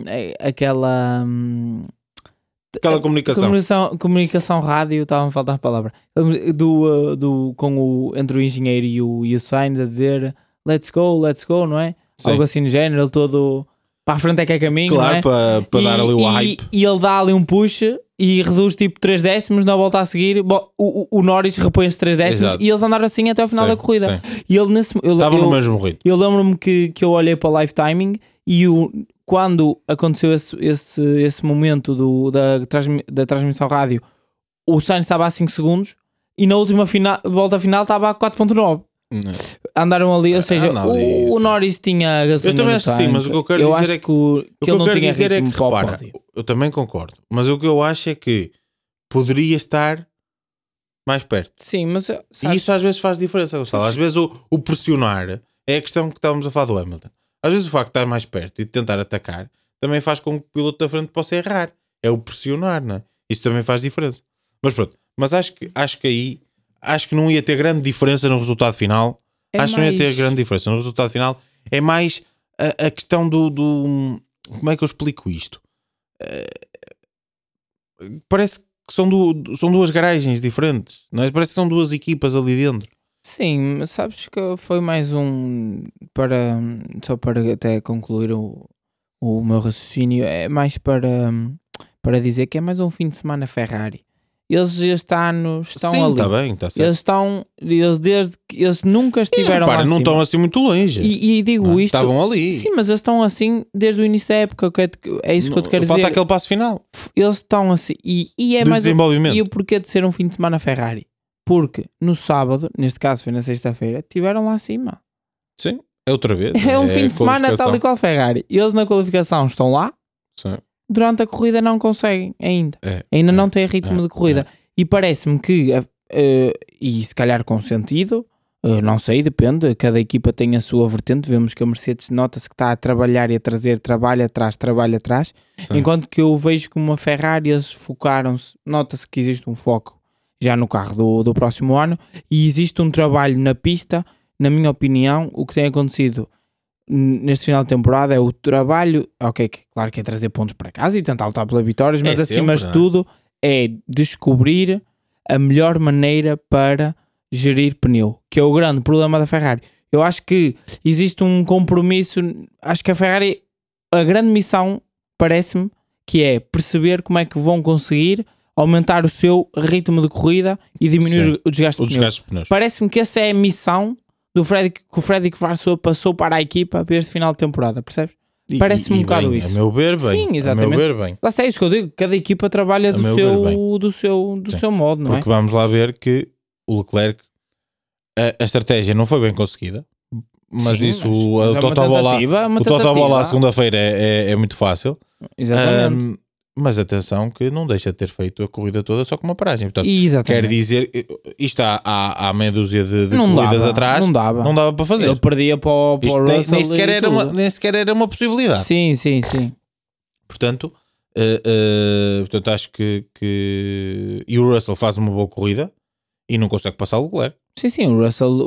comunicação rádio, estava a faltar a palavra, entre o engenheiro e o Sainz a dizer let's go, não é? Sim. Algo assim no género, ele todo para a frente é que é caminho, claro, não é? para dar ali o hype. E ele dá ali um push e reduz tipo 3 décimos na volta a seguir. O Norris repõe esses 3 décimos. Exato. E eles andaram assim até ao final da corrida. Sim. E ele estava no mesmo ritmo. Eu lembro-me que eu olhei para o live timing e quando aconteceu esse momento da transmissão rádio, o Sainz estava a 5 segundos e na última volta final estava a 4.9. Andaram ali, ou seja, o Norris tinha gasolina. Eu também acho que sim, mas o que eu quero dizer é que ele não tinha ritmo para o repara, eu também concordo, mas o que eu acho é que poderia estar mais perto. Sim, mas e isso às vezes faz diferença, Gonçalo. Às vezes o pressionar é a questão que estávamos a falar do Hamilton. Às vezes o facto de estar mais perto e de tentar atacar também faz com que o piloto da frente possa errar. É o pressionar, não é? Isso também faz diferença. Mas pronto, mas acho que não ia ter grande diferença no resultado final. Acho que não ia ter grande diferença no resultado final. É mais a questão do... Como é que eu explico isto? Parece que são duas garagens diferentes, não é? Parece que são duas equipas ali dentro. Sim, mas sabes que foi mais para, só para até concluir o meu raciocínio, é mais para dizer que é mais um fim de semana Ferrari. Eles este ano estão Sim, ali. está bem, está certo. Eles nunca estiveram lá Repara, não acima. estão assim muito longe. E digo Não é? isto. Estavam ali. Sim, mas eles estão assim desde o início da época. É isso que eu te quero Falta dizer. aquele passo final Eles estão assim. E é de mais desenvolvimento. e o porquê de ser um fim de semana Ferrari? Porque no sábado, neste caso foi na sexta-feira, estiveram lá acima. Sim, é outra vez. É um fim de semana qualificação. tal e qual Ferrari. Eles na qualificação estão lá, Sim. durante a corrida não conseguem ainda. Ainda não têm ritmo de corrida. E parece-me que, e se calhar com sentido, não sei, depende, cada equipa tem a sua vertente. Vemos que a Mercedes nota-se que está a trabalhar e a trazer trabalho atrás. Sim. Enquanto que eu vejo como a Ferrari, eles focaram-se, nota-se que existe um foco já no carro do próximo ano e existe um trabalho na pista. Na minha opinião, o que tem acontecido neste final de temporada é o trabalho, ok, claro que é trazer pontos para casa e tentar lutar pela vitória, mas acima de tudo é descobrir a melhor maneira para gerir pneu, que é o grande problema da Ferrari. Eu acho que existe um compromisso, acho que a Ferrari, a grande missão, parece-me, que é perceber como é que vão conseguir aumentar o seu ritmo de corrida e diminuir o desgaste de pneus. Parece-me que essa é a missão que o Frederic Varsou passou para a equipa para este final de temporada, percebes? Parece-me um bocado bem, isso. A meu ver, bem. Sim, exatamente. A meu ver, bem. Lá está isso que eu digo, cada equipa trabalha do seu modo, não é? Porque vamos lá ver que o Leclerc, a estratégia não foi bem conseguida, mas sim, isso, mas o total bola à segunda-feira é muito fácil. Exatamente. Mas atenção que não deixa de ter feito a corrida toda só com uma paragem. Portanto, quer dizer, isto há meia dúzia de corridas atrás, não dava para fazer. Ele perdia para o Russell nem sequer era uma possibilidade. Sim. Portanto, acho que e o Russell faz uma boa corrida e não consegue passar o Leclerc. Sim, o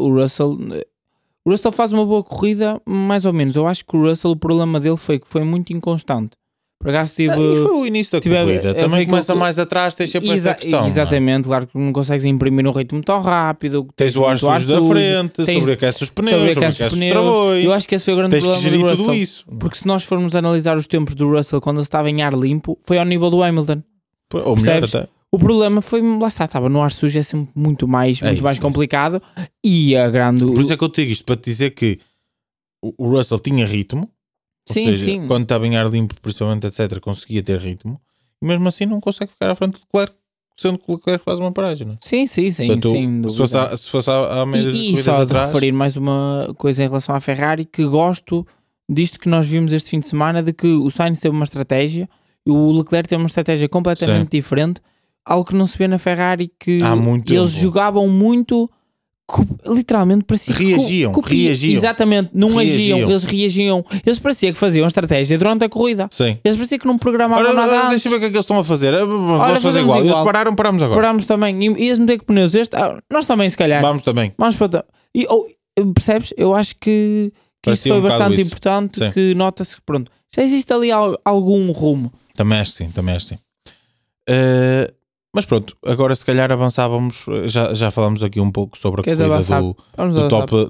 Russell faz uma boa corrida, mais ou menos. Eu acho que o Russell, o problema dele foi que foi muito inconstante. Por acaso e foi o início da corrida. Também começa mais atrás, tens sempre essa questão. Exatamente, claro que não consegues imprimir um ritmo tão rápido. Tens o ar sujo da frente, sobreaquece os pneus, sobreaquece os travões. Eu acho que esse foi o grande problema do Russell. Tudo isso. Porque se nós formos analisar os tempos do Russell quando ele estava em ar limpo, foi ao nível do Hamilton. Ou melhor até. O problema foi, lá estava no ar sujo, é sempre muito mais complicado. E a grande... Por isso é que eu te digo isto, para te dizer que o Russell tinha ritmo. Ou seja, quando estava em ar limpo, principalmente, etc., conseguia ter ritmo, e mesmo assim não consegue ficar à frente do Leclerc, sendo que o Leclerc faz uma paragem, não é? Sim, Portanto, se fosse à média de corridas só atrás... de referir mais uma coisa em relação à Ferrari, que gosto disto que nós vimos este fim de semana, de que o Sainz teve uma estratégia e o Leclerc teve uma estratégia completamente diferente, algo que não se vê na Ferrari, que eles jogavam muito... literalmente parecia reagiam. Exatamente, não agiam, eles reagiam. Eles parecia que faziam estratégia durante a corrida. Sim. Eles parecia que não programavam nada antes. Deixa eu ver o que é que eles estão a fazer. Vamos fazer igual. Eles paramos agora. Paramos também. E eles meter que pneus nós também, se calhar. Vamos também. Vamos para percebes? Eu acho que isso foi bastante importante. Sim. Que nota-se que pronto, já existe ali algum rumo. Também acho sim. Mas pronto, agora se calhar avançávamos, já falamos aqui um pouco sobre a corrida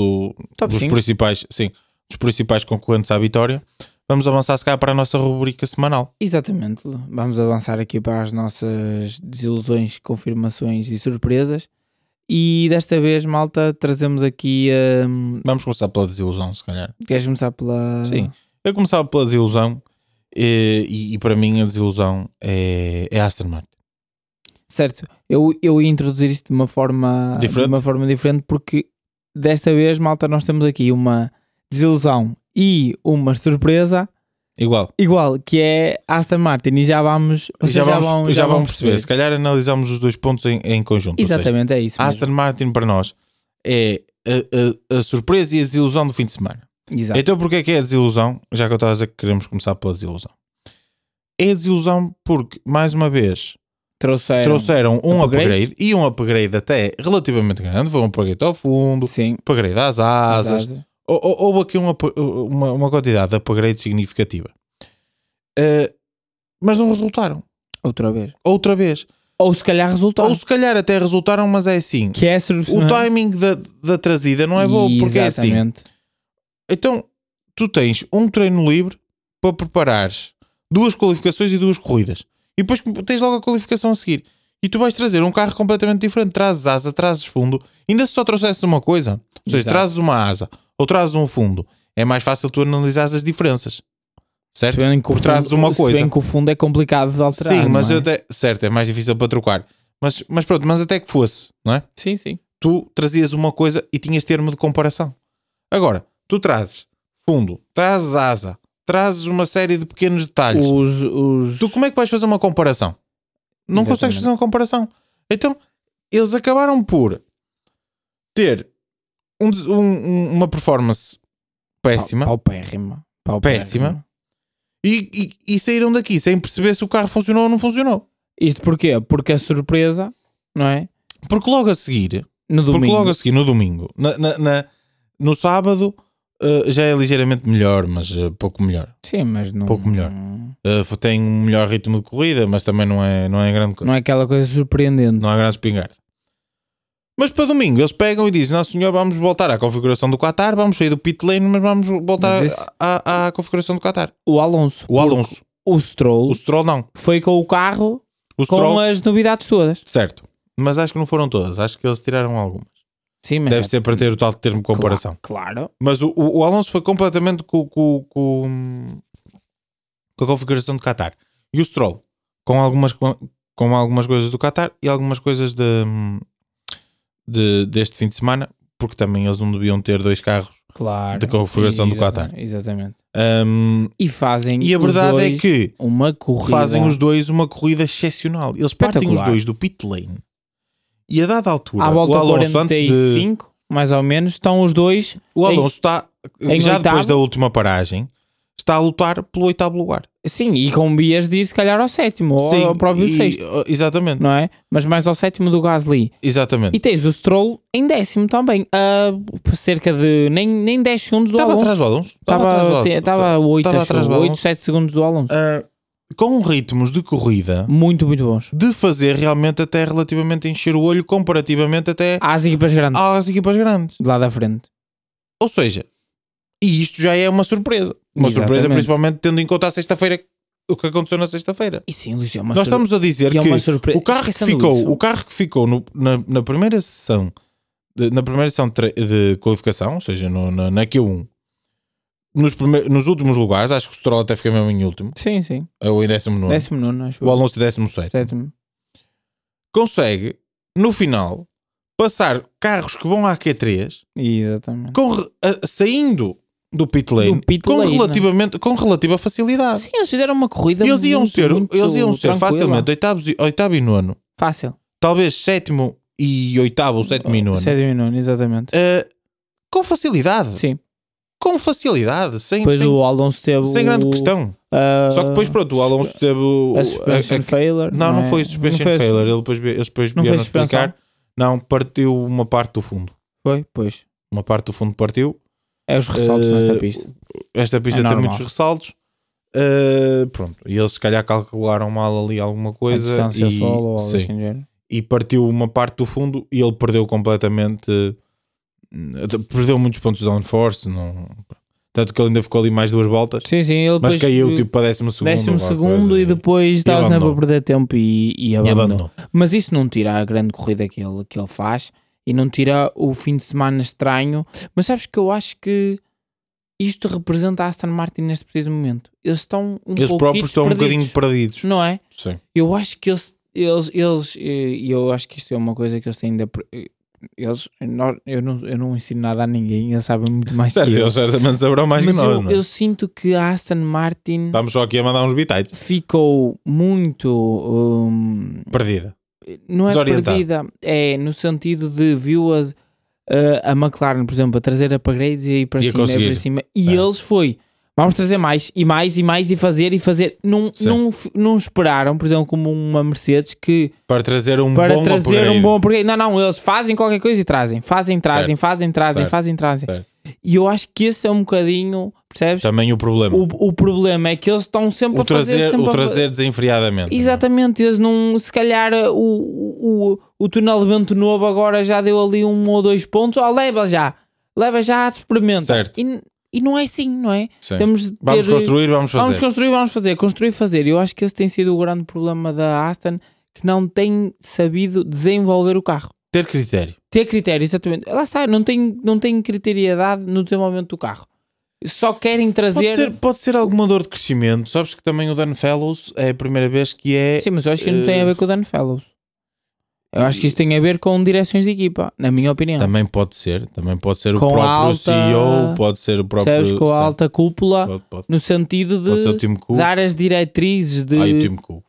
dos principais concorrentes à vitória. Vamos avançar se calhar para a nossa rubrica semanal. Exatamente, vamos avançar aqui para as nossas desilusões, confirmações e surpresas. E desta vez, malta, trazemos aqui... Vamos começar pela desilusão, se calhar. Queres começar pela... Sim, eu começava pela desilusão e para mim a desilusão é Aston Martin. Certo, eu ia introduzir isto de uma forma diferente porque desta vez, malta, nós temos aqui uma desilusão e uma surpresa igual que é Aston Martin e já vamos perceber. Se calhar analisamos os dois pontos em conjunto. Exatamente, seja, é isso mesmo. Aston Martin para nós é a surpresa e a desilusão do fim de semana. Exato. Então porquê é que é a desilusão? Já que eu estava a dizer que queremos começar pela desilusão. É a desilusão porque, mais uma vez, trouxeram um upgrade e um upgrade até relativamente grande. Foi um upgrade ao fundo, upgrade às asas. Houve aqui uma quantidade de upgrade significativa. Mas não resultaram. Outra vez. Ou se calhar resultaram. Ou se calhar até resultaram, mas é assim. Que é o timing da trazida não é bom, porque exatamente. É assim. Então, tu tens um treino livre para preparares 2 qualificações e 2 corridas. E depois tens logo a qualificação a seguir. E tu vais trazer um carro completamente diferente. Trazes asa, trazes fundo. Ainda se só trouxesses uma coisa, ou seja, trazes uma asa ou trazes um fundo, é mais fácil tu analisares as diferenças. Certo? Porque trazes uma coisa. Se bem que o fundo é complicado de alterar. Sim, mas não é? até, certo, é mais difícil para trocar. Mas pronto, mas até que fosse, não é? Sim, sim. Tu trazias uma coisa e tinhas termo de comparação. Agora, tu trazes fundo, trazes asa, trazes uma série de pequenos detalhes. Tu como é que vais fazer uma comparação? Não consegues fazer uma comparação. Então, eles acabaram por ter uma performance péssima. Péssima. E saíram daqui sem perceber se o carro funcionou ou não funcionou. Isto porquê? Porque a surpresa, não é? Porque logo a seguir, no domingo, no sábado, já é ligeiramente melhor, mas pouco melhor. Sim, mas não... Pouco melhor. Tem um melhor ritmo de corrida, mas também não é grande coisa. Não é aquela coisa surpreendente. Não é grande espingarda. Mas para domingo eles pegam e dizem: não senhor, vamos voltar à configuração do Qatar, vamos sair do pit lane, mas vamos voltar à configuração do Qatar. O Alonso. O Stroll não. Foi com o carro com as novidades todas. Certo. Mas acho que não foram todas. Acho que eles tiraram algumas. Sim, mas deve ser para ter o tal termo de comparação. Claro. Mas o Alonso foi completamente com a configuração do Qatar. E o Stroll com algumas coisas do Qatar e algumas coisas deste fim de semana, porque também eles não deviam ter 2 carros de configuração do Qatar. Exatamente. E a verdade é que uma corrida, fazem os dois uma corrida excepcional. Eles partem os dois do pit lane e a dada altura, à volta o Alonso 45, mais ou menos, estão os dois. O Alonso está, já depois da última paragem, está a lutar pelo 8º lugar. Sim, e com vias de ir se calhar ao 7º ou ao próprio 6º. Exatamente. Não é? Mas mais ao 7º do Gasly. Exatamente. E tens o Stroll em 10º também. Cerca de nem 10 segundos do Alonso. Estava atrás do Alonso. Estava 8, 7 segundos do Alonso. Com ritmos de corrida muito, muito bons. De fazer realmente até relativamente encher o olho comparativamente até às equipas grandes. De lá da frente. Ou seja, e isto já é uma surpresa. Uma surpresa principalmente tendo em conta a sexta-feira, o que aconteceu na sexta-feira. E sim, Luís, nós estamos a dizer que o carro que ficou na primeira sessão de qualificação, ou seja, na Q1, nos últimos lugares, acho que o Stroll até fica mesmo em último. Sim, sim. Ou em 19º. Acho. O Alonso em 17º. Consegue, no final, passar carros que vão à Q3. Exatamente. Saindo do pit lane, com relativa facilidade. Sim, eles fizeram uma corrida eles iam ser facilmente 8º e 9º. Fácil. Talvez 7º e 8º ou 7º e 9º. 7º e 9º, exatamente. Com facilidade. Sim. Com facilidade. O Alonso teve sem grande questão. Só que depois, pronto, o Alonso teve a suspension failure. Não foi suspension failure. Eles depois vieram explicar. Não, partiu uma parte do fundo. Foi, pois. Uma parte do fundo partiu. É os ressaltos nesta pista. Esta pista tem muitos ressaltos. Pronto. E eles se calhar calcularam mal ali alguma coisa. E partiu uma parte do fundo e ele perdeu completamente. Perdeu muitos pontos de downforce. Tanto que ele ainda ficou ali mais 2 voltas. Sim, ele mas caiu tipo para 12º. E depois estava sempre a perder tempo e abandonou. Mas isso não tira a grande corrida que ele faz. E não tira o fim de semana estranho. Mas sabes que eu acho que isto representa a Aston Martin neste preciso momento. Eles próprios estão um bocadinho perdidos. Não é? Sim. Eu acho que eles eu acho que isto é uma coisa que eles têm de... Eu não ensino nada a ninguém. Eles sabem muito mais certo, que eu. Eles certamente saberão mais que nós. Eu sinto que a Aston Martin... Estamos só aqui a mandar uns bitites. Ficou muito... perdida. Não é perdida, é no sentido de viu a McLaren, por exemplo, a trazer upgrades e ir para cima. E eles vamos trazer mais e fazer. Não esperaram, por exemplo, como uma Mercedes que para trazer um bom upgrade. Não, eles fazem qualquer coisa e trazem. Fazem. Certo. E eu acho que esse é um bocadinho, percebes? Também o problema. O problema é que eles estão sempre a fazer... O trazer desenfreadamente. Exatamente, eles não... Se calhar o túnel de vento novo agora já deu ali 1 ou 2 pontos. Leva já, experimenta. Certo. E não é assim, não é? Vamos construir, vamos fazer. Vamos construir, vamos fazer. Construir e fazer. Eu acho que esse tem sido o grande problema da Aston, que não tem sabido desenvolver o carro. Ter critério, Exatamente. Lá está, não tem criteriedade no desenvolvimento do carro. Só querem trazer... Pode ser alguma dor de crescimento. Sabes que também o Dan Fellows é a primeira vez que é... Sim, mas eu acho que não tem a ver com o Dan Fellows. Eu acho que isso tem a ver com direções de equipa, na minha opinião. Também pode ser o Com próprio CEO, pode ser o próprio... Sabes, com a alta cúpula, pode. no sentido de dar as diretrizes de... o Tim Cook.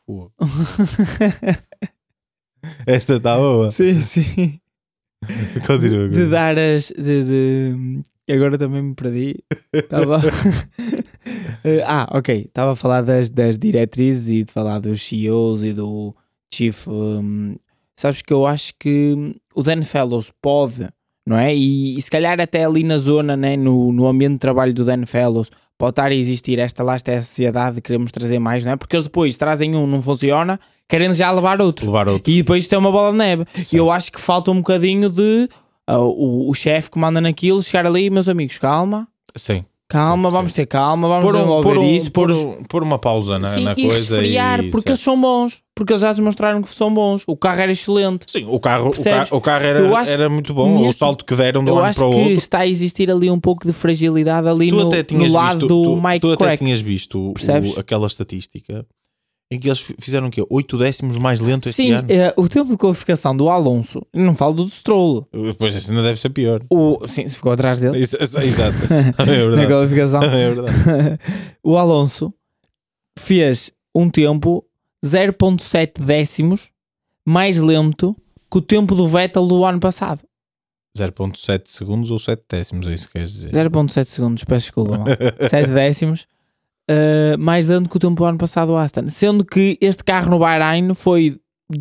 Esta está boa. Sim. Continua. De dar as... Agora também me perdi. Ok. Estava a falar das diretrizes e de falar dos CEOs e do Chief... Sabes que eu acho que o Dan Fellows pode, não é? E se calhar até ali na zona, né? no ambiente de trabalho do Dan Fellows, pode estar a existir esta ansiedade de queremos trazer mais, não é? Porque eles depois trazem não funciona, querem já levar outro. E depois isto é uma bola de neve. E eu acho que falta um bocadinho de o chefe que manda naquilo chegar ali, meus amigos, calma. Sim. Calma, vamos ter calma, vamos desenvolver isso. Pôr uma pausa na coisa resfriar, porque eles são bons. Porque eles já demonstraram que são bons. O carro era excelente. Sim, o carro era muito bom. O salto que deram de um ano para o outro. Eu acho que está a existir ali um pouco de fragilidade ali no lado do Mike Crack. Tu até tinhas visto aquela estatística em que eles fizeram o quê? 8 décimos mais lento este ano? Sim, o tempo de qualificação do Alonso, não falo do Stroll. Pois assim ainda deve ser pior. Sim, se ficou atrás dele. Exato. É verdade. Na qualificação. É verdade. O Alonso fez um tempo 0.7 décimos mais lento que o tempo do Vettel do ano passado. 0.7 segundos ou 7 décimos, é isso que queres dizer? 0.7 segundos, peço desculpa. 7 décimos mais lento que o tempo do ano passado do Aston. Sendo que este carro no Bahrein foi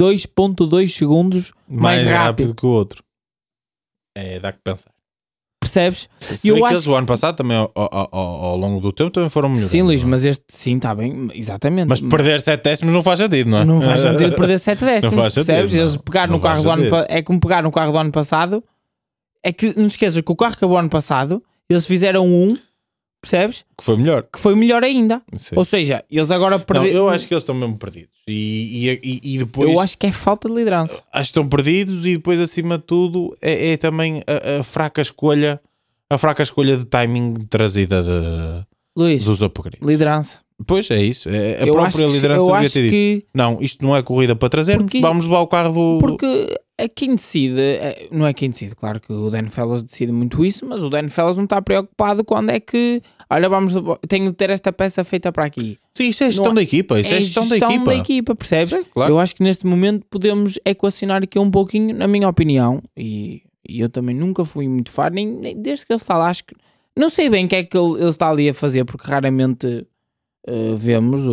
2.2 segundos mais rápido que o outro. Dá que pensar. Percebes? Eu acho que o ano passado também ao longo do tempo também foram melhores. Sim, Luís, mas este sim está bem, exatamente. Mas perder 7 décimos não faz sentido, não é? Não faz sentido perder 7 décimos, não faz sentido, percebes? Eles pegaram no carro do ano passado. É como pegar no carro do ano passado. É que não esqueças que o carro acabou ano passado, eles fizeram percebes? Que foi melhor. Que foi melhor ainda. Sim. Ou seja, eles agora perderam. Eu acho que eles estão mesmo perdidos. E depois. Eu acho que é falta de liderança. Acho que estão perdidos e depois, acima de tudo, é também a fraca escolha. A fraca escolha de timing trazida Luís, dos upgrades. Liderança. Pois é isso. A própria liderança devia ter dito. Não, isto não é corrida para trazer. Vamos levar o carro do. Porque quem decide, não é quem decide, claro que o Dan Fellows decide muito isso, mas o Dan Fellows não está preocupado quando é que, olha, tenho de ter esta peça feita para aqui. Sim, isso é gestão da equipa. Isso é gestão da equipa. Percebes? Sim, claro. Eu acho que neste momento podemos equacionar aqui um pouquinho, na minha opinião, e eu também nunca fui muito fã, nem desde que ele está lá, acho que não sei bem o que é que ele está ali a fazer, porque raramente vemos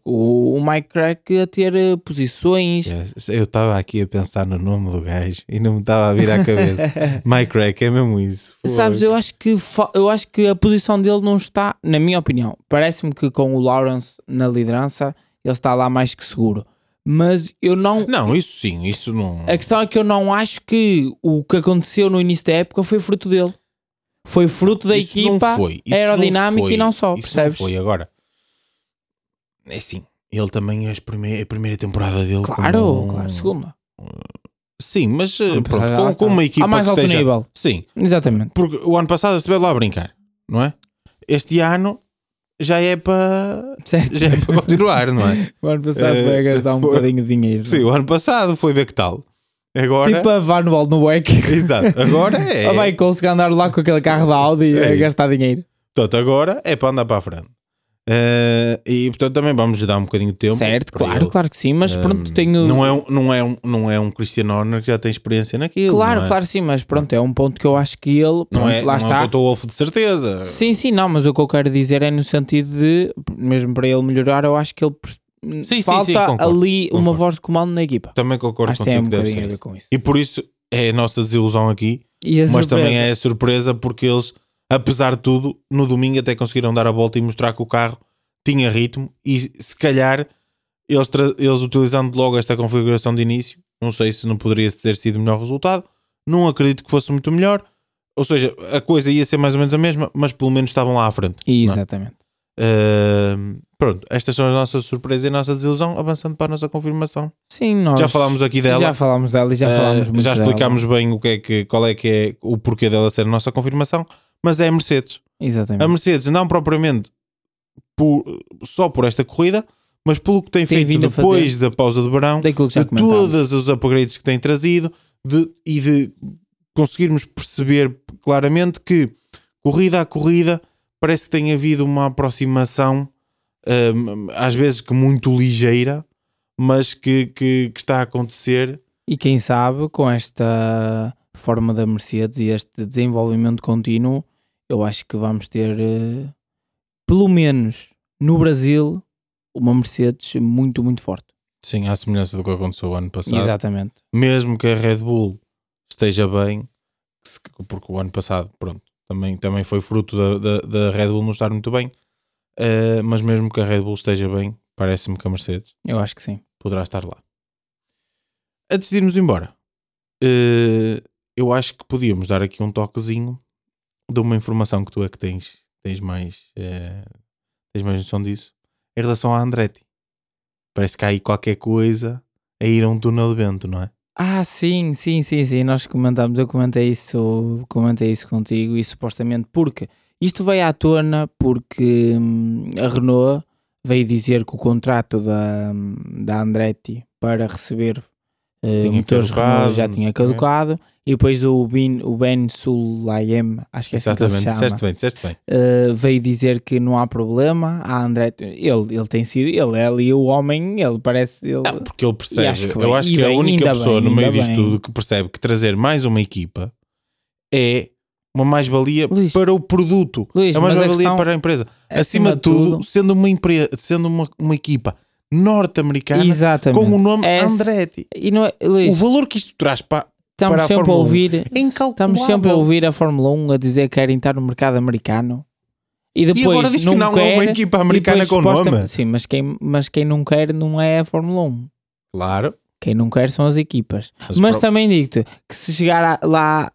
o Mike Crack a ter posições. Eu estava aqui a pensar no nome do gajo e não me estava a vir à cabeça. Mike Crack é mesmo isso. Sabes, eu acho que a posição dele não está, na minha opinião, parece-me que com o Lawrence na liderança ele está lá mais que seguro. Mas eu não... Não, isso sim, isso não... A questão é que eu não acho que o que aconteceu no início da época foi fruto dele. Foi fruto da equipa aerodinâmica e não só, percebes? Isso não foi. Agora, é assim, ele também é a primeira temporada dele. Claro, segunda. Sim, mas pronto, com uma equipa a mais que alto esteja... nível. Sim. Exatamente. Porque o ano passado estive lá a brincar, não é? Este ano já é para continuar, não é? O ano passado foi a gastar um bocadinho de dinheiro. Sim, o ano passado foi ver que tal. Agora... Tipo a Van Wall no WEC. Exato, agora é... Vai conseguir andar lá com aquele carro da Audi e gastar dinheiro. Portanto, agora é para andar para a frente. E portanto também vamos dar um bocadinho de tempo. Certo, claro que sim, mas pronto, tenho... Não é um Christian Horner que já tem experiência naquilo. Claro, sim, mas pronto, é um ponto que eu acho que ele... Pronto, lá está. Não é o Toto Wolff de certeza. Sim, não, mas o que eu quero dizer é no sentido de, mesmo para ele melhorar, eu acho que ele... falta ali uma voz de comando na equipa. Também concordo contigo. Tem um bocadinho a ver com isso. E por isso é a nossa desilusão aqui, mas também é a surpresa porque eles apesar de tudo, no domingo até conseguiram dar a volta e mostrar que o carro tinha ritmo e se calhar eles utilizando logo esta configuração de início, não sei se não poderia ter sido o melhor resultado, não acredito que fosse muito melhor, ou seja, a coisa ia ser mais ou menos a mesma, mas pelo menos estavam lá à frente. Exatamente. Pronto, estas são as nossas surpresas e a nossa desilusão, avançando para a nossa confirmação. Sim, nós já falámos aqui dela. Já falámos dela e já falámos muito já explicámos dela. bem qual é que é o porquê dela ser a nossa confirmação, mas é a Mercedes. Exatamente. A Mercedes, não propriamente só por esta corrida, mas pelo que tem feito depois da pausa de verão, de todos os upgrades que tem trazido, de conseguirmos perceber claramente que corrida a corrida parece que tem havido uma aproximação, às vezes que muito ligeira, mas que está a acontecer. E quem sabe, com esta forma da Mercedes e este desenvolvimento contínuo, eu acho que vamos ter, pelo menos no Brasil, uma Mercedes muito, muito forte. Sim, à semelhança do que aconteceu o ano passado. Exatamente. Mesmo que a Red Bull esteja bem, porque o ano passado, pronto, também foi fruto da Red Bull não estar muito bem, mas mesmo que a Red Bull esteja bem, parece-me que a Mercedes, eu acho que sim, poderá estar lá. Antes de irmos embora, eu acho que podíamos dar aqui um toquezinho de uma informação que tu é que tens mais noção disso, em relação à Andretti. Parece que há aí qualquer coisa a ir a um túnel de vento, não é? Sim, nós comentámos, eu comentei isso contigo, e supostamente porque isto veio à tona porque a Renault veio dizer que o contrato da Andretti para receber motores Renault já tinha caducado, e depois o Ben Sulayem, acho que é assim que ele se chama, disseste bem. Veio dizer que não há problema. A Andretti, ele tem sido, ele é ali o homem, ele parece... porque ele percebe, eu acho que é a única pessoa no meio disto tudo que percebe que trazer mais uma equipa é uma mais-valia para o produto, é uma mais-valia para a empresa. Acima de tudo, sendo uma equipa norte-americana, exatamente, com o nome Andretti. E não é, Luís, o valor que isto traz para estamos a sempre Fórmula 1 é incalculável. Estamos sempre a ouvir a Fórmula 1 a dizer que querem estar no mercado americano. E depois agora diz que não quer, é uma equipa americana com nome. Sim, mas quem não quer não é a Fórmula 1. Claro. Quem não quer são as equipas. Mas também digo-te que se chegar lá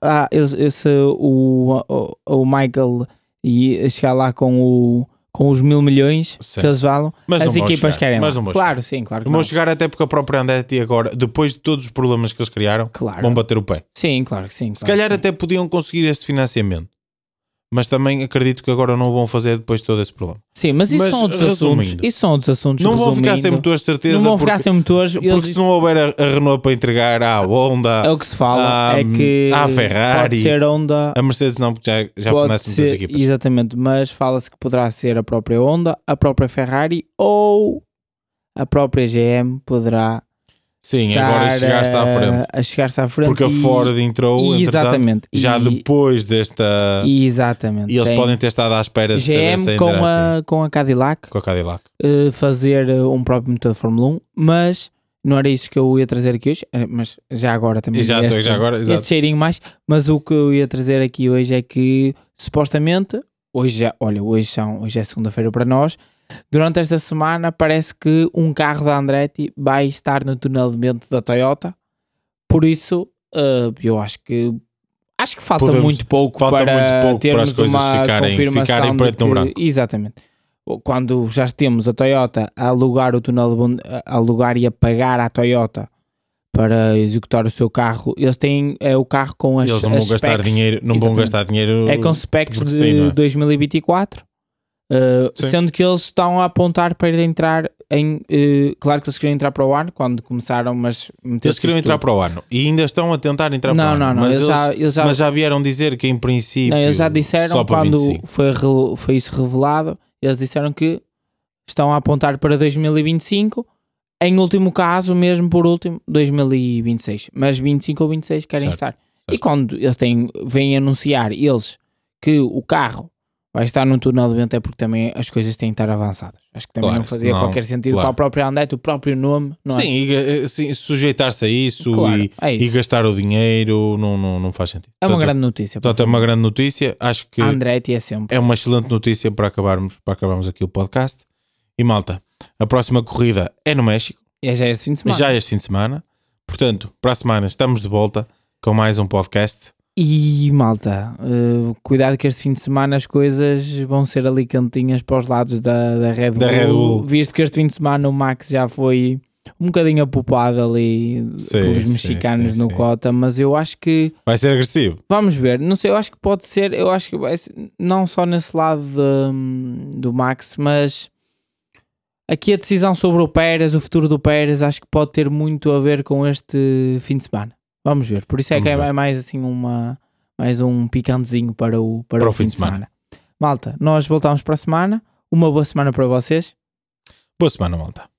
o Michael e chegar lá com os 1.000 milhões que eles falam, as equipas querem lá. Claro, sim, claro que não vão chegar, até porque a própria Andretti agora, depois de todos os problemas que eles criaram, vão bater o pé. Sim, claro que sim. Se calhar até podiam conseguir este financiamento, mas também acredito que agora não o vão fazer depois de todo esse problema. Sim, mas isso são outros assuntos. Não vão ficar sem motores, certeza. Não vão ficar sem motores. Porque se não houver a Renault para entregar à Honda, é o que se fala, é que à Ferrari, pode ser Honda, a Mercedes não, porque já fornece muitas equipas. Exatamente, mas fala-se que poderá ser a própria Honda, a própria Ferrari ou a própria GM poderá... Sim, agora chegar-se à frente. Porque a Ford entrou, exatamente, já depois desta... Exatamente. E eles podem ter estado à espera de GM saber com a Cadillac. Com a Cadillac. Fazer um próprio motor de Fórmula 1, mas não era isso que eu ia trazer aqui hoje, mas já agora também este cheirinho mais, mas o que eu ia trazer aqui hoje é que supostamente, hoje é segunda-feira para nós, durante esta semana parece que um carro da Andretti vai estar no túnel de vento da Toyota, por isso eu acho que falta muito pouco para termos uma confirmação preto no branco. Exatamente. Quando já temos a Toyota a alugar o túnel de vento, a alugar e a pagar à Toyota para executar o seu carro, eles têm o carro com as eles não vão gastar dinheiro, vão gastar dinheiro. É com specs de 2024. Sendo que eles estão a apontar para entrar em... claro que eles queriam entrar para o ano quando começaram, mas... Eles queriam entrar para o ano e ainda estão a tentar entrar para o ano. Mas já vieram dizer que em princípio... Não, eles já disseram quando foi isso revelado, eles disseram que estão a apontar para 2025, em último caso, mesmo por último, 2026. Mas 25 ou 26 querem estar. E quando eles vêm anunciar que o carro vai estar num túnel de vento é porque também as coisas têm que estar avançadas. Acho que também Claro, não fazia senão- qualquer sentido claro. para o próprio Andete, o próprio nome, não é? Sim, sujeitar-se a isso Claro, é e isso. gastar o dinheiro não faz sentido. É uma Portanto, grande notícia. portanto, é uma grande notícia. Acho que Andretti é sempre. é uma excelente notícia para acabarmos aqui o podcast. E malta, a próxima corrida é no México, E já é este fim de semana. já este fim de semana. Portanto, para a semana estamos de volta com mais um podcast. E malta, cuidado que este fim de semana as coisas vão ser ali cantinhas para os lados da Red Bull, Red Bull. visto que este fim de semana o Max já foi um bocadinho apupado ali pelos mexicanos no Cota, mas eu acho que vai ser agressivo. vamos ver, não sei, eu acho que pode ser, eu acho que vai ser, não só nesse lado do Max, mas aqui a decisão sobre o Pérez, o futuro do Pérez, acho que pode ter muito a ver com este fim de semana. Vamos ver, por isso é Vamos que ver. é mais assim mais um picantezinho para o fim de semana. Malta, nós voltamos para a semana. Uma boa semana para vocês. Boa semana, malta.